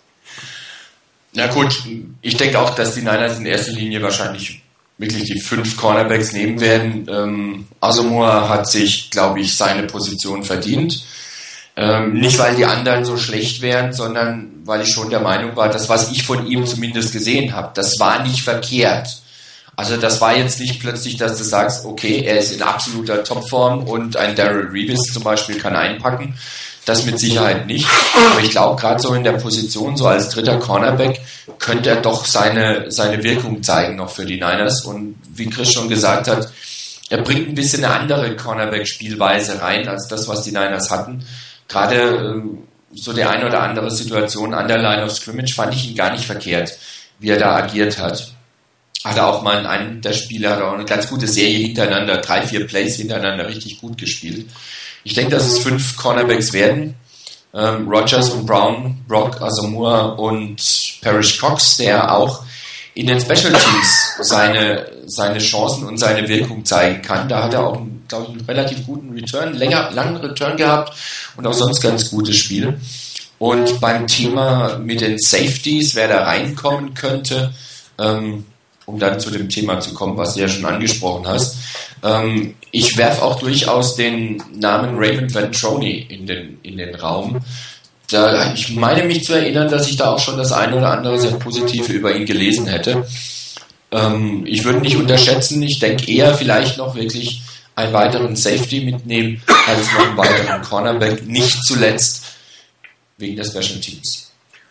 Ja gut, ich denke auch, dass die Niners in erster Linie wahrscheinlich wirklich die fünf Cornerbacks nehmen werden. Ähm, Asomugha hat sich, glaube ich, seine Position verdient. Ähm, nicht, weil die anderen so schlecht wären, sondern weil ich schon der Meinung war, das, was ich von ihm zumindest gesehen habe, das war nicht verkehrt. Also das war jetzt nicht plötzlich, dass du sagst, okay, er ist in absoluter Topform und ein Darrell Revis zum Beispiel kann einpacken. Das mit Sicherheit nicht. Aber ich glaube, gerade so in der Position, so als dritter Cornerback, könnte er doch seine, seine Wirkung zeigen noch für die Niners. Und wie Chris schon gesagt hat, er bringt ein bisschen eine andere Cornerback-Spielweise rein, als das, was die Niners hatten. Gerade so die eine oder andere Situation an der Line of Scrimmage fand ich ihn gar nicht verkehrt, wie er da agiert hat. Hat er auch mal in einem der Spiele, hat er auch eine ganz gute Serie hintereinander, drei, vier Plays hintereinander richtig gut gespielt. Ich denke, dass es fünf Cornerbacks werden. Ähm, Rodgers und Brown, Brock, Asamoah und Parrish Cox, der auch in den Special Teams seine, seine Chancen und seine Wirkung zeigen kann. Da hat er auch, glaube ich, einen relativ guten Return, länger, langen Return gehabt und auch sonst ganz gutes Spiel. Und beim Thema mit den Safeties, wer da reinkommen könnte, ähm, um dann zu dem Thema zu kommen, was du ja schon angesprochen hast. Ähm, ich werfe auch durchaus den Namen Raymond Ventroni in den, in den Raum. Da, ich meine mich zu erinnern, dass ich da auch schon das eine oder andere sehr Positive über ihn gelesen hätte. Ähm, ich würde nicht unterschätzen, ich denke eher vielleicht noch wirklich einen weiteren Safety mitnehmen, als noch einen weiteren Cornerback, nicht zuletzt wegen der Special Teams.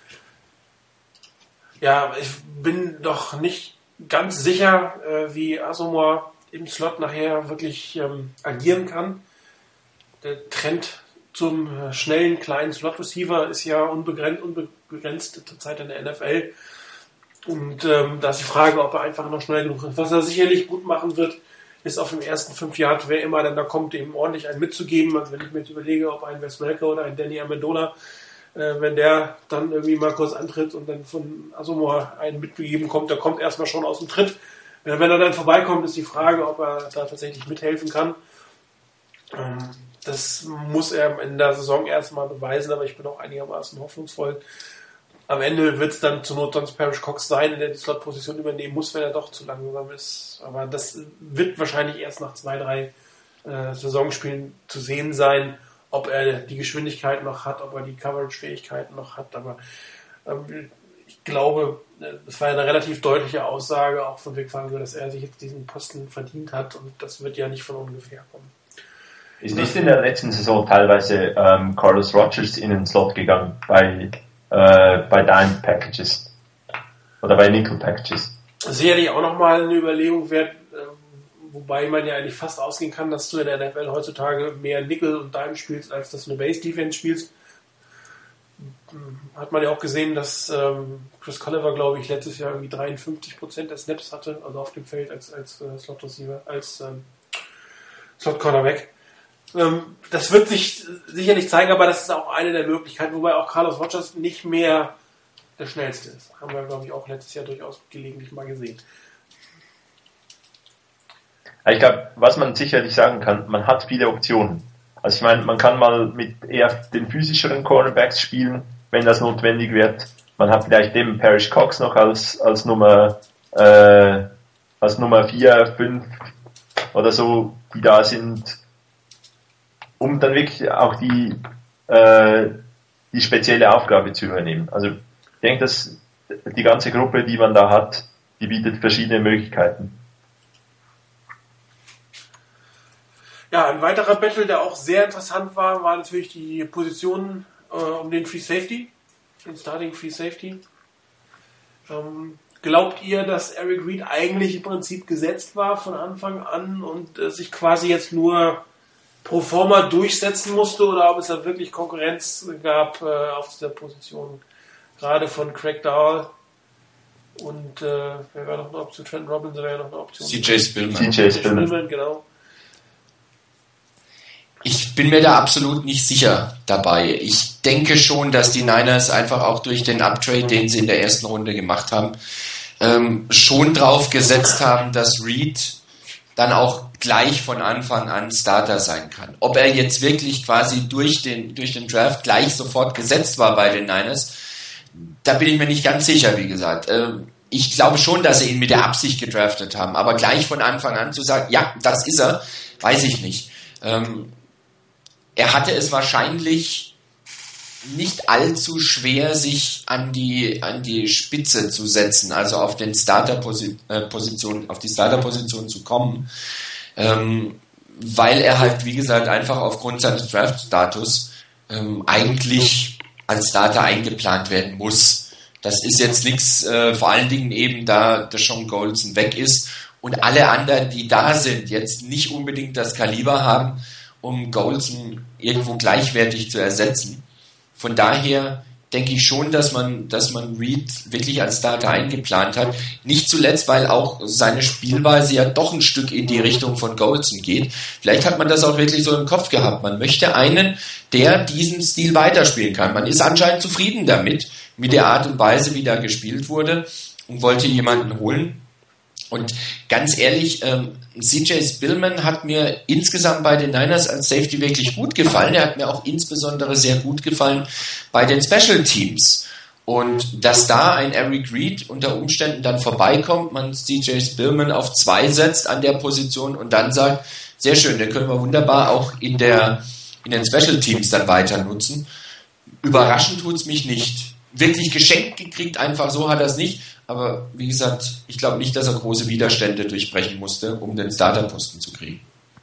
Ja, ich bin doch nicht ganz sicher, äh, wie Asamoah im Slot nachher wirklich ähm, agieren kann. Der Trend zum äh, schnellen, kleinen Slot-Receiver ist ja unbegrenzt, unbegrenzt zur Zeit in der N F L. Und ähm, da ist die Frage, ob er einfach noch schnell genug ist. Was er sicherlich gut machen wird, ist auf dem ersten fünf Yard, wer immer dann da kommt, eben ordentlich einen mitzugeben. Also wenn ich mir jetzt überlege, ob ein Wes Welker oder ein Danny Amendola, äh, wenn der dann irgendwie mal kurz antritt und dann von Asamoah einen mitgegeben kommt, der kommt erstmal schon aus dem Tritt. Äh, wenn er dann vorbeikommt, ist die Frage, ob er da tatsächlich mithelfen kann. Ähm, das muss er in der Saison erstmal beweisen, aber ich bin auch einigermaßen hoffnungsvoll. Am Ende wird es dann zur Not sonst Parrish Cox sein, der die Slot-Position übernehmen muss, wenn er doch zu langsam ist. Aber das wird wahrscheinlich erst nach zwei, drei äh, Saisonspielen zu sehen sein, ob er die Geschwindigkeit noch hat, ob er die Coverage-Fähigkeiten noch hat. Aber ähm, ich glaube, das war eine relativ deutliche Aussage auch von Vic Fangio, dass er sich jetzt diesen Posten verdient hat und das wird ja nicht von ungefähr kommen. Ist nicht in der letzten Saison teilweise ähm, Carlos Rogers in den Slot gegangen bei, äh, bei Dime Packages oder bei Nickel Packages? Sicherlich auch nochmal eine Überlegung wert, äh, wobei man ja eigentlich fast ausgehen kann, dass du in der N F L heutzutage mehr Nickel und Dime spielst, als dass du eine Base-Defense spielst. Hat man ja auch gesehen, dass ähm, Chris Colliver, glaube ich, letztes Jahr irgendwie dreiundfünfzig Prozent der Snaps hatte, also auf dem Feld als, als äh, Slot-Receiver, als ähm, Slot-Cornerback. Ähm, das wird sich sicherlich zeigen, aber das ist auch eine der Möglichkeiten, wobei auch Carlos Rogers nicht mehr der Schnellste ist. Haben wir, glaube ich, auch letztes Jahr durchaus gelegentlich mal gesehen. Ich glaube, was man sicherlich sagen kann, man hat viele Optionen. Also ich meine, man kann mal mit eher den physischeren Cornerbacks spielen, wenn das notwendig wird. Man hat vielleicht eben Parrish Cox noch als, als Nummer äh, als Nummer vier, fünf oder so, die da sind, um dann wirklich auch die äh, die spezielle Aufgabe zu übernehmen. Also ich denke, dass die ganze Gruppe, die man da hat, die bietet verschiedene Möglichkeiten. Ja, ein weiterer Battle, der auch sehr interessant war, war natürlich die Position äh, um den Free Safety, den Starting Free Safety. Ähm, glaubt ihr, dass Eric Reid eigentlich im Prinzip gesetzt war von Anfang an und äh, sich quasi jetzt nur pro forma durchsetzen musste, oder ob es da wirklich Konkurrenz gab äh, auf dieser Position, gerade von Craig Dowell und äh, wer wäre noch eine Option? Trent Robinson wäre noch eine Option. C J Spillman. C J Spillman, genau. Ich bin mir da absolut nicht sicher dabei. Ich denke schon, dass die Niners einfach auch durch den Uptrade, den sie in der ersten Runde gemacht haben, ähm, schon drauf gesetzt haben, dass Reid dann auch gleich von Anfang an Starter sein kann. Ob er jetzt wirklich quasi durch den, durch den Draft gleich sofort gesetzt war bei den Niners, da bin ich mir nicht ganz sicher, wie gesagt. Ähm, ich glaube schon, dass sie ihn mit der Absicht gedraftet haben, aber gleich von Anfang an zu sagen, ja, das ist er, weiß ich nicht. Ähm, Er hatte es wahrscheinlich nicht allzu schwer, sich an die, an die Spitze zu setzen, also auf den Starter-Position, auf die Starter-Position zu kommen, ähm, weil er halt, wie gesagt, einfach aufgrund seines Draft-Status ähm, eigentlich als Starter eingeplant werden muss. Das ist jetzt nichts, äh, vor allen Dingen eben, da der Sean Golson weg ist und alle anderen, die da sind, jetzt nicht unbedingt das Kaliber haben, um Golson irgendwo gleichwertig zu ersetzen. Von daher denke ich schon, dass man, dass man Reed wirklich als Starter eingeplant hat. Nicht zuletzt, weil auch seine Spielweise ja doch ein Stück in die Richtung von Golson geht. Vielleicht hat man das auch wirklich so im Kopf gehabt. Man möchte einen, der diesen Stil weiterspielen kann. Man ist anscheinend zufrieden damit, mit der Art und Weise, wie da gespielt wurde, und wollte jemanden holen. Und ganz ehrlich, ähm, C J Spillman hat mir insgesamt bei den Niners als Safety wirklich gut gefallen. Er hat mir auch insbesondere sehr gut gefallen bei den Special Teams. Und dass da ein Eric Reed unter Umständen dann vorbeikommt, man C J Spillman auf zwei setzt an der Position und dann sagt, sehr schön, den können wir wunderbar auch in der in den Special Teams dann weiter nutzen. Überraschend tut's mich nicht. Wirklich geschenkt gekriegt, einfach so hat er es nicht. Aber wie gesagt, ich glaube nicht, dass er große Widerstände durchbrechen musste, um den Starterposten zu kriegen.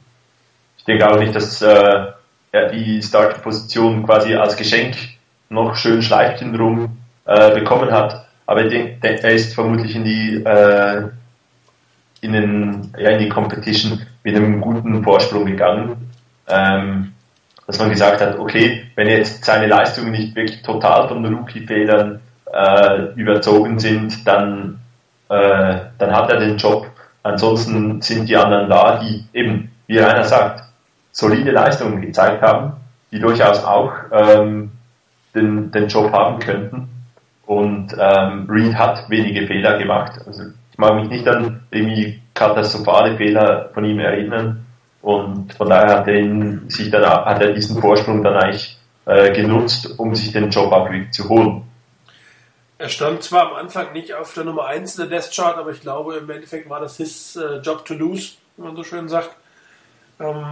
Ich denke auch nicht, dass äh, er die Starterposition quasi als Geschenk noch schön Schleifchen drum äh, bekommen hat. Aber ich denke, er ist vermutlich in die äh, in den ja in die Competition mit einem guten Vorsprung gegangen. Ähm, dass man gesagt hat, okay, wenn jetzt seine Leistungen nicht wirklich total von Rookie-Fehlern äh, überzogen sind, dann, äh, dann hat er den Job. Ansonsten sind die anderen da, die eben, wie Rainer sagt, solide Leistungen gezeigt haben, die durchaus auch ähm, den, den Job haben könnten. Und ähm, Reed hat wenige Fehler gemacht. Also ich mag mich nicht an irgendwie katastrophale Fehler von ihm erinnern. Und von daher hat er, ihn, sich dann, hat er diesen Vorsprung dann eigentlich äh, genutzt, um sich den Job auch wirklich zu holen. Er stand zwar am Anfang nicht auf der Nummer eins in der Death Chart, aber ich glaube, im Endeffekt war das his äh, Job to lose, wie man so schön sagt. Ähm,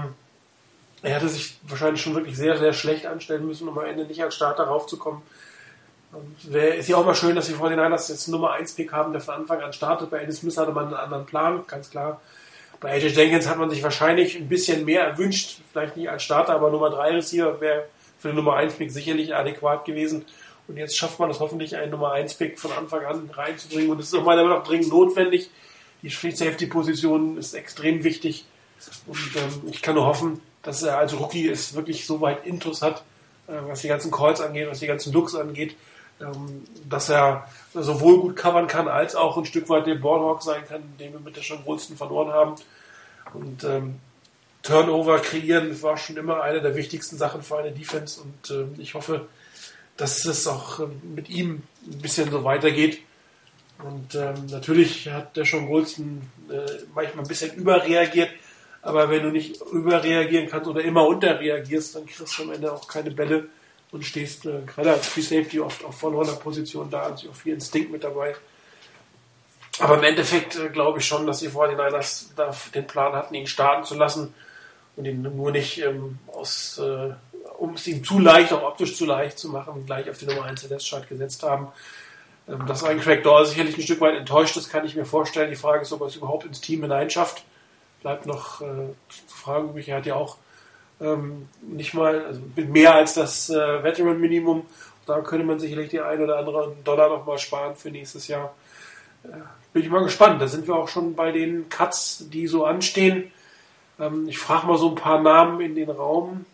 er hätte sich wahrscheinlich schon wirklich sehr, sehr schlecht anstellen müssen, um am Ende nicht als Starter raufzukommen. Und wär, ist ja auch mal schön, dass die forty-niners jetzt einen Nummer eins Pick haben, der von Anfang an startet. Bei Andy Smith hatte man einen anderen Plan, ganz klar. Bei A J Jenkins hat man sich wahrscheinlich ein bisschen mehr erwünscht, vielleicht nicht als Starter, aber Nummer drei Receiver wäre für den Nummer eins Pick sicherlich adäquat gewesen. Und jetzt schafft man es hoffentlich, einen Nummer eins Pick von Anfang an reinzubringen. Und es ist auch meiner Meinung nach dringend notwendig. Die Free-Safety-Position ist extrem wichtig. Und ähm, ich kann nur hoffen, dass er als Rookie es wirklich so weit Intus hat, äh, was die ganzen Calls angeht, was die ganzen Looks angeht, ähm, dass er sowohl gut covern kann, als auch ein Stück weit der Ballhawk sein kann, den wir mit der schon Wilson verloren haben. Und ähm, Turnover kreieren war schon immer eine der wichtigsten Sachen für eine Defense. Und ähm, ich hoffe, dass es auch mit ihm ein bisschen so weitergeht. Und ähm, natürlich hat der schon Golson äh, manchmal ein bisschen überreagiert, aber wenn du nicht überreagieren kannst oder immer unterreagierst, dann kriegst du am Ende auch keine Bälle und stehst äh, gerade als Free Safety oft auf verlorener Position da und auch viel Instinkt mit dabei. Aber im Endeffekt äh, glaube ich schon, dass die forty-niners da den Plan hatten, ihn starten zu lassen und ihn nur nicht ähm, aus... Äh, um es ihm zu leicht, auch optisch zu leicht zu machen, gleich auf die Nummer eins der Death Chart gesetzt haben. Ähm, dass ein Craig Dahl sicherlich ein Stück weit enttäuscht ist, kann ich mir vorstellen. Die Frage ist, ob er es überhaupt ins Team hineinschafft. Bleibt noch äh, zu fragen. Er hat ja auch ähm, nicht mal, also mehr als das äh, Veteran-Minimum. Da könnte man sicherlich die ein oder andere Dollar noch mal sparen für nächstes Jahr. Äh, bin ich mal gespannt. Da sind wir auch schon bei den Cuts, die so anstehen. Ähm, ich frage mal so ein paar Namen in den Raum.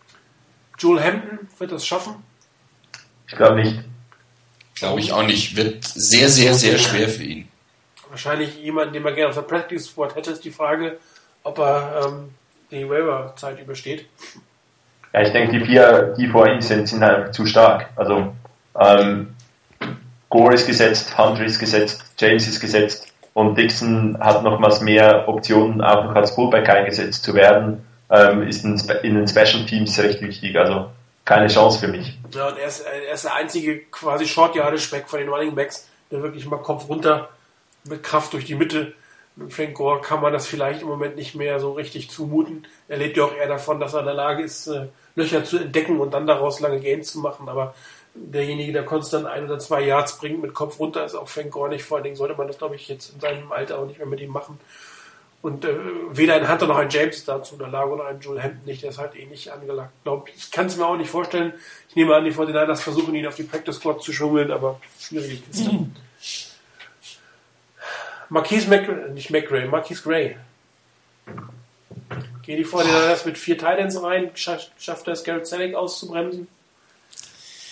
Joel Hampton wird das schaffen? Ich glaube nicht. Glaube ich auch nicht. Wird sehr, sehr, sehr schwer für ihn. Wahrscheinlich jemanden, den man gerne auf der Practice Squad hätte, ist die Frage, ob er ähm, die Waiver-Zeit übersteht. Ja, ich denke, die vier, die vor ihm sind, sind einfach zu stark. Also ähm, Gore ist gesetzt, Hunter ist gesetzt, James ist gesetzt und Dixon hat nochmals mehr Optionen, auch noch als Fullback eingesetzt zu werden. Ähm, ist in, in den Special Teams recht wichtig, also keine Chance für mich. Ja, und er ist, er ist der einzige quasi Short-Yardage-Back von den Running Backs, der wirklich mal Kopf runter mit Kraft durch die Mitte. Mit Frank Gore kann man das vielleicht im Moment nicht mehr so richtig zumuten. Er lebt ja auch eher davon, dass er in der Lage ist, äh, Löcher zu entdecken und dann daraus lange Gains zu machen, aber derjenige, der konstant ein oder zwei Yards bringt mit Kopf runter, ist auch Frank Gore nicht. Vor allen Dingen sollte man das, glaube ich, jetzt in seinem Alter auch nicht mehr mit ihm machen. Und äh, weder ein Hunter noch ein James ist dazu in der Lage oder ein Joel Hampton nicht, der ist halt eh nicht angelagt. Glaub, ich kann es mir auch nicht vorstellen. Ich nehme an, die forty-niners versuchen ihn auf die Practice Squad zu schummeln, aber schwierig ist das. Mhm. Marquise McRae, nicht McRae, Marquise Gray. Gehen die forty-niners mit vier Titans rein? Schafft, schafft er es, Garrett Selleck auszubremsen?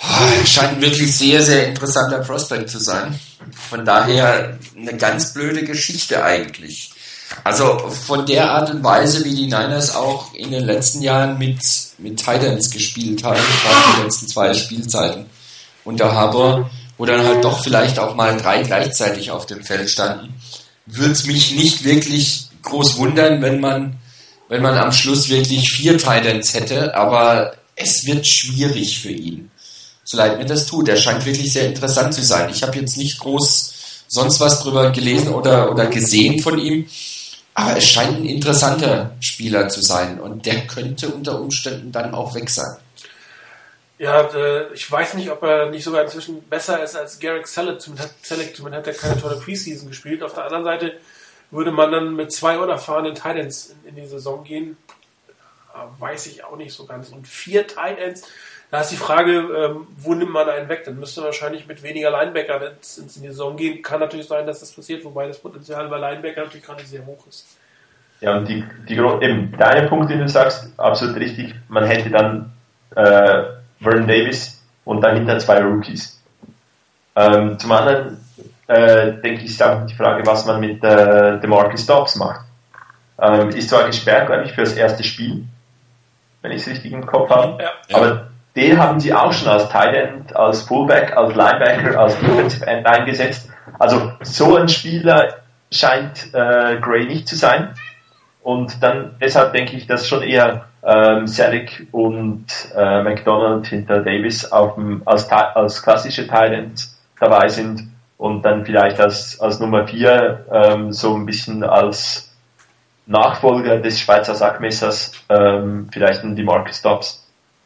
Oh, scheint wirklich sehr, sehr interessanter Prospect zu sein. Von daher eine ganz blöde Geschichte eigentlich. Also von der Art und Weise, wie die Niners auch in den letzten Jahren mit, mit Titans gespielt haben, gerade die letzten zwei Spielzeiten unter Harbour, wo dann halt doch vielleicht auch mal drei gleichzeitig auf dem Feld standen, würde es mich nicht wirklich groß wundern, wenn man, wenn man am Schluss wirklich vier Titans hätte, aber es wird schwierig für ihn. So leid mir das tut, er scheint wirklich sehr interessant zu sein. Ich habe jetzt nicht groß sonst was drüber gelesen oder, oder gesehen von ihm, aber es scheint ein interessanter Spieler zu sein und der könnte unter Umständen dann auch weg sein. Ja, äh, ich weiß nicht, ob er nicht sogar inzwischen besser ist als Garrett Selleck. Zumindest hat er keine tolle Preseason gespielt. Auf der anderen Seite würde man dann mit zwei unerfahrenen Titans in, in die Saison gehen. Weiß ich auch nicht so ganz. Und vier Titans, da ist die Frage, ähm, wo nimmt man einen weg? Dann müsste man wahrscheinlich mit weniger Linebacker ins, ins in die Saison gehen. Kann natürlich sein, dass das passiert, wobei das Potenzial bei Linebacker natürlich gerade sehr hoch ist. Ja, und die, die eben deine Punkt, den du sagst, absolut richtig. Man hätte dann äh, Vernon Davis und dahinter zwei Rookies. Ähm, zum anderen äh, denke ich, ist auch die Frage, was man mit äh, DeMarcus Dobbs macht. Ähm, ist zwar gesperrt, glaube ich, für das erste Spiel, wenn ich es richtig im Kopf habe, ja. aber den haben sie auch schon als Tight End, als Fullback, als Linebacker, als Defensive End eingesetzt. Also so ein Spieler scheint äh, Gray nicht zu sein. Und dann deshalb denke ich, dass schon eher ähm, Selleck und äh, McDonald hinter Davis auf dem, als, als klassische Tight Ends dabei sind und dann vielleicht als, als Nummer vier ähm, so ein bisschen als Nachfolger des Schweizer Sackmessers ähm, vielleicht ein DeMarcus Dobbs.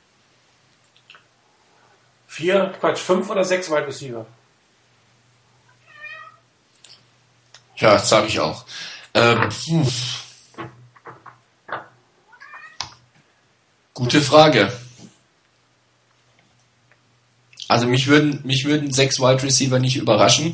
Vier, Quatsch, fünf oder sechs Wide Receiver? Ja, das sage ich auch. Ähm, hm. Gute Frage. Also mich würden, mich würden sechs Wide Receiver nicht überraschen.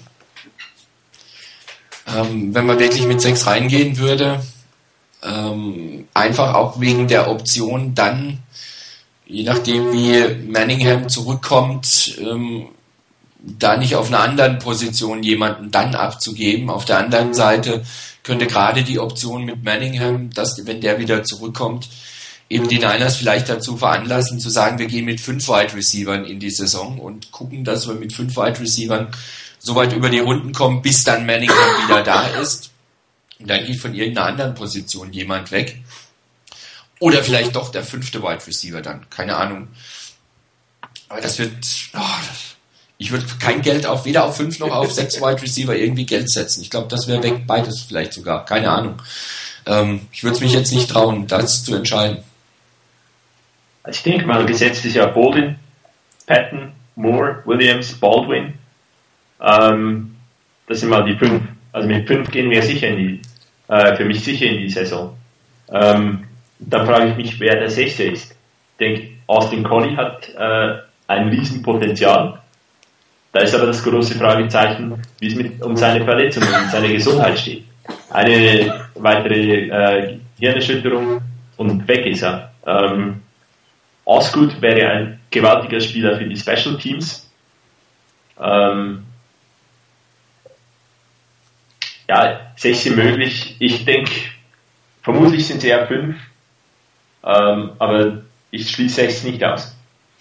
Ähm, wenn man wirklich mit sechs reingehen würde, ähm, einfach auch wegen der Option dann, je nachdem wie Manningham zurückkommt, ähm, da nicht auf einer anderen Position jemanden dann abzugeben. Auf der anderen Seite könnte gerade die Option mit Manningham, dass wenn der wieder zurückkommt, eben die Niners vielleicht dazu veranlassen, zu sagen, wir gehen mit fünf Wide Receivern in die Saison und gucken, dass wir mit fünf Wide Receivern so weit über die Runden kommen, bis dann Manningham wieder da ist. Und dann geht von irgendeiner anderen Position jemand weg. Oder vielleicht doch der fünfte Wide Receiver dann. Keine Ahnung. Aber das wird... Oh, ich würde kein Geld auf, weder auf fünf noch auf sechs Wide Receiver irgendwie Geld setzen. Ich glaube, das wäre weg, beides vielleicht sogar. Keine Ahnung. Ähm, ich würde es mich jetzt nicht trauen, das zu entscheiden. Also ich denke mal, gesetzt ist ja Bolden, Patton, Moore, Williams, Baldwin. Ähm, das sind mal die fünf. Also mit fünf gehen wir sicher in die, äh, für mich sicher in die Saison. Ähm, dann frage ich mich, wer der Sechste ist. Ich denke, Austin Collie hat äh, ein Riesenpotenzial. Da ist aber das große Fragezeichen, wie es mit, um seine Verletzung und seine Gesundheit steht. Eine weitere äh, Hirnerschütterung und weg ist er. Ähm, Osgood wäre ein gewaltiger Spieler für die Special Teams. Ähm, ja, sechs sind möglich. Ich denke, vermutlich sind es eher fünf, ähm, aber ich schließe sechs nicht aus.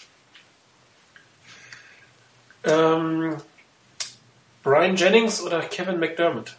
Ähm, Brian Jennings oder Kevin McDermott?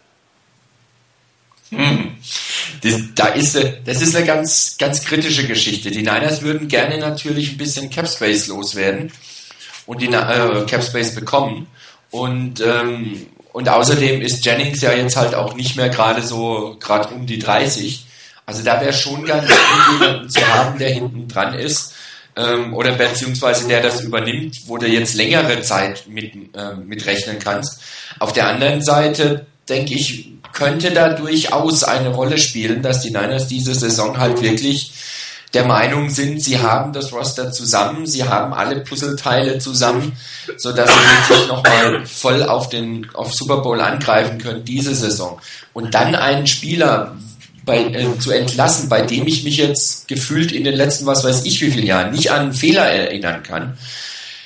Hm. Das, da ist, das ist eine ganz, ganz kritische Geschichte. Die Niners würden gerne natürlich ein bisschen Capspace loswerden und die äh, Capspace bekommen. Und, ähm, und außerdem ist Jennings ja jetzt halt auch nicht mehr gerade so, gerade um die dreißig. Also da wäre schon ganz gut, jemanden zu haben, der hinten dran ist. Ähm, oder beziehungsweise der das übernimmt, wo du jetzt längere Zeit mit, äh, mit rechnen kannst. Auf der anderen Seite, denke ich, könnte da durchaus eine Rolle spielen, dass die Niners diese Saison halt wirklich der Meinung sind, sie haben das Roster zusammen, sie haben alle Puzzleteile zusammen, sodass sie wirklich nochmal voll auf den auf Super Bowl angreifen können diese Saison. Und dann einen Spieler bei, äh, zu entlassen, bei dem ich mich jetzt gefühlt in den letzten, was weiß ich wie vielen Jahren, nicht an einen Fehler erinnern kann,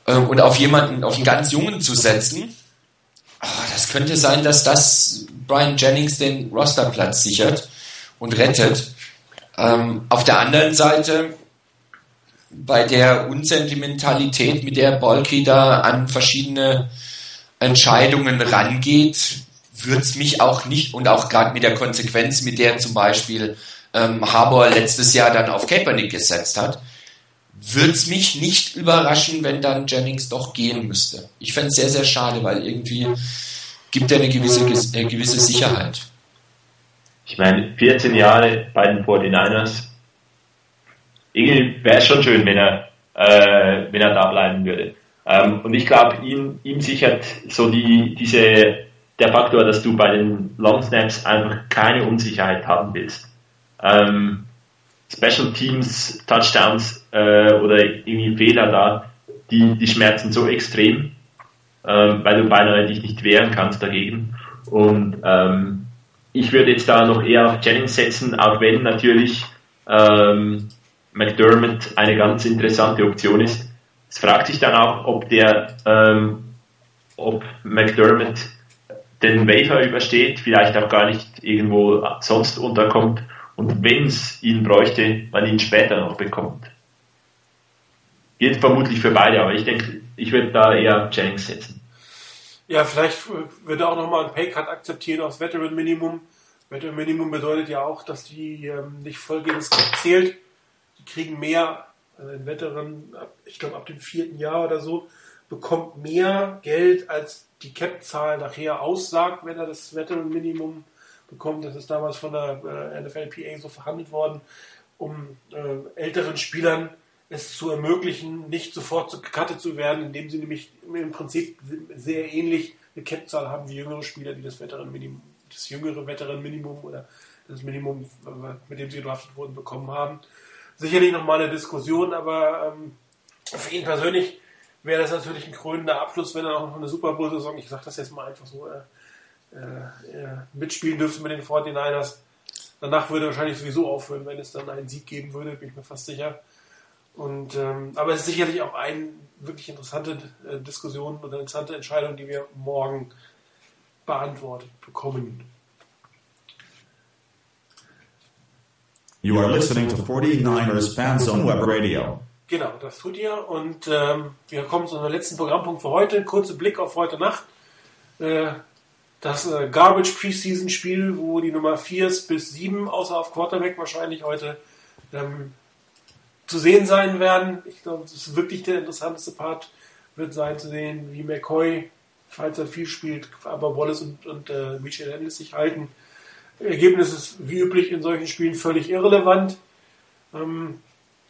äh, und auf jemanden, auf einen ganz Jungen zu setzen, oh, das könnte sein, dass das Brian Jennings den Rosterplatz sichert und rettet. Ähm, auf der anderen Seite, bei der Unsentimentalität, mit der Bolke da an verschiedene Entscheidungen rangeht, wird es mich auch nicht, und auch gerade mit der Konsequenz, mit der zum Beispiel ähm, Harbour letztes Jahr dann auf Kaepernick gesetzt hat, würde es mich nicht überraschen, wenn dann Jennings doch gehen müsste. Ich fände es sehr, sehr schade, weil irgendwie gibt er eine gewisse, eine gewisse Sicherheit. Ich meine, vierzehn Jahre bei den forty-niners, irgendwie wäre es schon schön, wenn er, äh, wenn er da bleiben würde. Ähm, und ich glaube, ihm, ihm sichert so die, diese, der Faktor, dass du bei den Long Snaps einfach keine Unsicherheit haben willst. Ähm, Special Teams, Touchdowns äh, oder irgendwie Fehler da, die, die schmerzen so extrem, ähm, weil du beinahe dich nicht wehren kannst dagegen. Und ähm, ich würde jetzt da noch eher auf Jennings setzen, auch wenn natürlich ähm, McDermott eine ganz interessante Option ist. Es fragt sich dann auch, ob der, ähm, ob McDermott den Waiver übersteht, vielleicht auch gar nicht irgendwo sonst unterkommt und wenn es ihn bräuchte, man ihn später noch bekommt. Geht vermutlich für beide, aber ich denke, ich würde da eher Jennings setzen. Ja, vielleicht würde er auch nochmal einen Paycut akzeptieren aufs Veteran Minimum. Veteran Minimum bedeutet ja auch, dass die ähm, nicht voll gegen das Cap zählt. Die kriegen mehr, also ein Veteran, ich glaube ab dem vierten Jahr oder so, bekommt mehr Geld, als die Cap-Zahl nachher aussagt, wenn er das Veteran Minimum bekommt. Das ist damals von der äh, N F L P A so verhandelt worden, um äh, älteren Spielern es zu ermöglichen, nicht sofort gecuttet zu werden, indem sie nämlich im Prinzip sehr ähnlich eine Cap-Zahl haben wie jüngere Spieler, die das Veteran Minimum, das jüngere Veteran Minimum oder das Minimum, mit dem sie gedraftet wurden, bekommen haben. Sicherlich nochmal eine Diskussion, aber ähm, für ihn persönlich wäre das natürlich ein krönender Abschluss, wenn er auch noch eine Super Bowl-Saison, ich sage das jetzt mal einfach so, äh, äh, mitspielen dürfte mit den forty-niners. Danach würde er wahrscheinlich sowieso aufhören, wenn es dann einen Sieg geben würde, bin ich mir fast sicher. Und, ähm, aber es ist sicherlich auch eine wirklich interessante äh, Diskussion oder eine interessante Entscheidung, die wir morgen beantwortet bekommen. You are listening to forty-niners Fanzone Web Radio. Genau, das tut ihr. Und ähm, wir kommen zu unserem letzten Programmpunkt für heute. Ein kurzer Blick auf heute Nacht. Äh, das äh, Garbage Preseason Spiel, wo die Nummer vier bis sieben, außer auf Quarterback wahrscheinlich heute ähm, zu sehen sein werden. Ich glaube, das ist wirklich der interessanteste Part, wird sein zu sehen, wie McCoy, falls er viel spielt, aber Wallace und, und äh, Michel Endles sich halten. Ergebnis ist wie üblich in solchen Spielen völlig irrelevant. Ähm,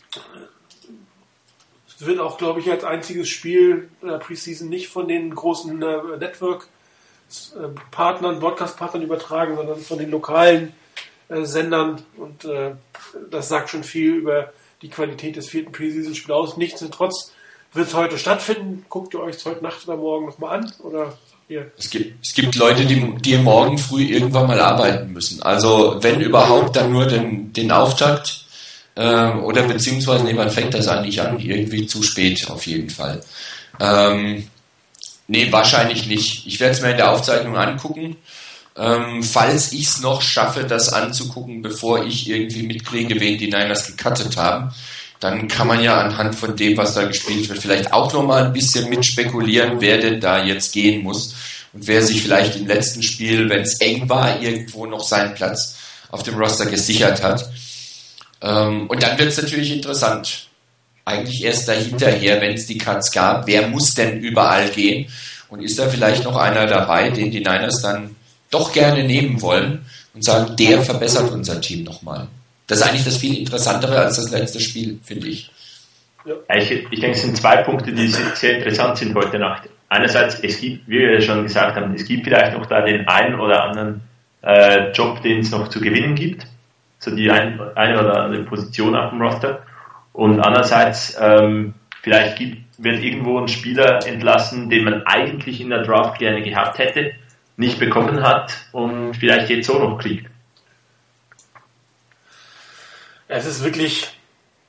es wird auch, glaube ich, als einziges Spiel der Preseason nicht von den großen äh, Network-Partnern, Broadcast-Partnern übertragen, sondern von den lokalen äh, Sendern. Und äh, das sagt schon viel über die Qualität des vierten Preseason-Spiels aus. Nichtsdestotrotz wird es heute stattfinden. Guckt ihr euch es heute Nacht oder morgen nochmal an? Oder hier? Es gibt, es gibt Leute, die, die morgen früh irgendwann mal arbeiten müssen. Also wenn überhaupt, dann nur den, den Auftakt. Äh, oder beziehungsweise, nee, wann fängt das eigentlich an? Irgendwie zu spät auf jeden Fall. Ähm, nee, wahrscheinlich nicht. Ich werde es mir in der Aufzeichnung angucken. Ähm, falls ich es noch schaffe, das anzugucken, bevor ich irgendwie mitkriege, wen die Niners gecuttet haben, dann kann man ja anhand von dem, was da gespielt wird, vielleicht auch nochmal ein bisschen mitspekulieren, wer denn da jetzt gehen muss und wer sich vielleicht im letzten Spiel, wenn es eng war, irgendwo noch seinen Platz auf dem Roster gesichert hat. Ähm, und dann wird es natürlich interessant. Eigentlich erst dahinterher, wenn es die Cuts gab, wer muss denn überall gehen? Und ist da vielleicht noch einer dabei, den die Niners dann doch gerne nehmen wollen und sagen, der verbessert unser Team nochmal. Das ist eigentlich das viel Interessantere als das letzte Spiel, finde ich. Ja. Ich, ich denke, es sind zwei Punkte, die sehr interessant sind heute Nacht. Einerseits, es gibt, wie wir schon gesagt haben, es gibt vielleicht noch da den einen oder anderen äh, Job, den es noch zu gewinnen gibt. So die ein, eine oder andere Position auf dem Roster. Und andererseits, ähm, vielleicht gibt, wird irgendwo ein Spieler entlassen, den man eigentlich in der Draft gerne gehabt hätte, nicht bekommen hat und vielleicht jetzt so noch kriegt. Es ist wirklich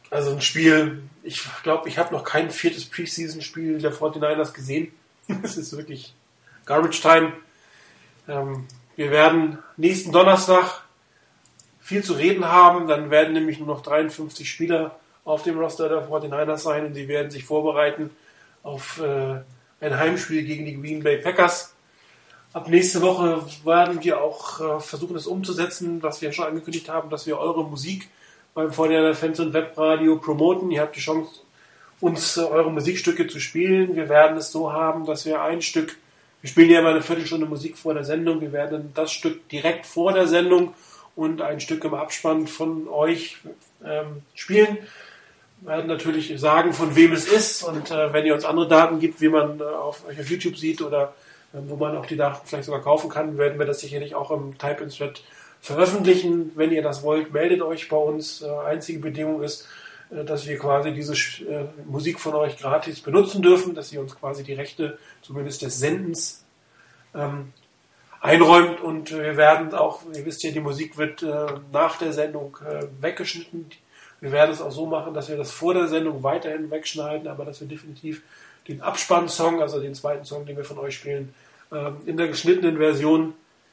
Also ein Spiel, ich glaube, ich habe noch kein viertes Preseason-Spiel der forty-niners gesehen. Es ist wirklich Garbage Time. Ähm, wir werden nächsten Donnerstag viel zu reden haben. Dann werden nämlich nur noch dreiundfünfzig Spieler auf dem Roster der forty-niners sein und sie werden sich vorbereiten auf äh, ein Heimspiel gegen die Green Bay Packers. Ab nächste Woche werden wir auch äh, versuchen, es umzusetzen, was wir schon angekündigt haben, dass wir eure Musik beim forty-niners Fans und Webradio promoten. Ihr habt die Chance, uns äh, eure Musikstücke zu spielen. Wir werden es so haben, dass wir ein Stück, wir spielen ja immer eine Viertelstunde Musik vor der Sendung, wir werden das Stück direkt vor der Sendung und ein Stück im Abspann von euch ähm, spielen. Wir werden natürlich sagen, von wem es ist und äh, wenn ihr uns andere Daten gibt, wie man äh, auf, auf YouTube sieht oder äh, wo man auch die Daten vielleicht sogar kaufen kann, werden wir das sicherlich auch im Type-in-Thread veröffentlichen. Wenn ihr das wollt, meldet euch bei uns. Äh, einzige Bedingung ist, äh, dass wir quasi diese äh, Musik von euch gratis benutzen dürfen, dass ihr uns quasi die Rechte, zumindest des Sendens, ähm, einräumt und wir werden auch, ihr wisst ja, die Musik wird äh, nach der Sendung äh, weggeschnitten. Wir werden es auch so machen, dass wir das vor der Sendung weiterhin wegschneiden, aber dass wir definitiv den Abspann-Song, also den zweiten Song, den wir von euch spielen, äh, in der geschnittenen Version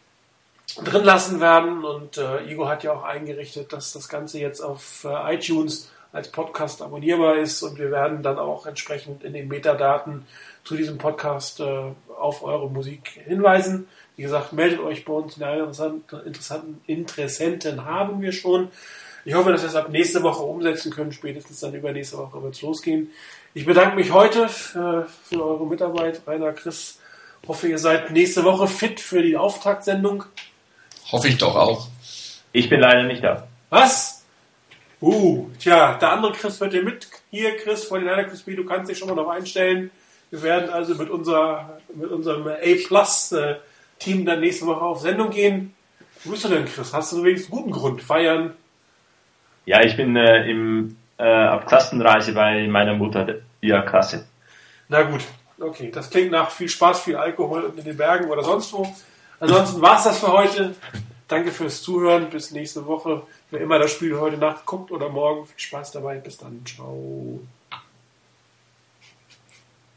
drin lassen werden. Und äh, Igor hat ja auch eingerichtet, dass das Ganze jetzt auf äh, iTunes als Podcast abonnierbar ist und wir werden dann auch entsprechend in den Metadaten zu diesem Podcast äh, auf eure Musik hinweisen. Wie gesagt, meldet euch bei uns. Eine interessanten, interessanten Interessenten haben wir schon. Ich hoffe, dass wir es ab nächste Woche umsetzen können. Spätestens dann übernächste Woche wird es losgehen. Ich bedanke mich heute für, für eure Mitarbeit. Rainer, Chris, hoffe, ihr seid nächste Woche fit für die Auftaktsendung. Hoffe ich doch auch. Ich bin leider nicht da. Was? Uh, tja, der andere Chris wird hier mit. Hier, Chris, von den Chris B, du kannst dich schon mal noch einstellen. Wir werden also mit, unser, mit unserem A-Plus-Team dann nächste Woche auf Sendung gehen. Wo bist du denn, Chris? Hast du wenigstens einen guten Grund? Feiern? Ja, ich bin äh, im, äh, auf Klassenreise bei meiner Mutter. Ja, klasse. Na gut, okay. Das klingt nach viel Spaß, viel Alkohol in den Bergen oder sonst wo. Ansonsten war es das für heute. Danke fürs Zuhören. Bis nächste Woche. Wer immer das Spiel heute Nacht guckt oder morgen, viel Spaß dabei. Bis dann. Ciao.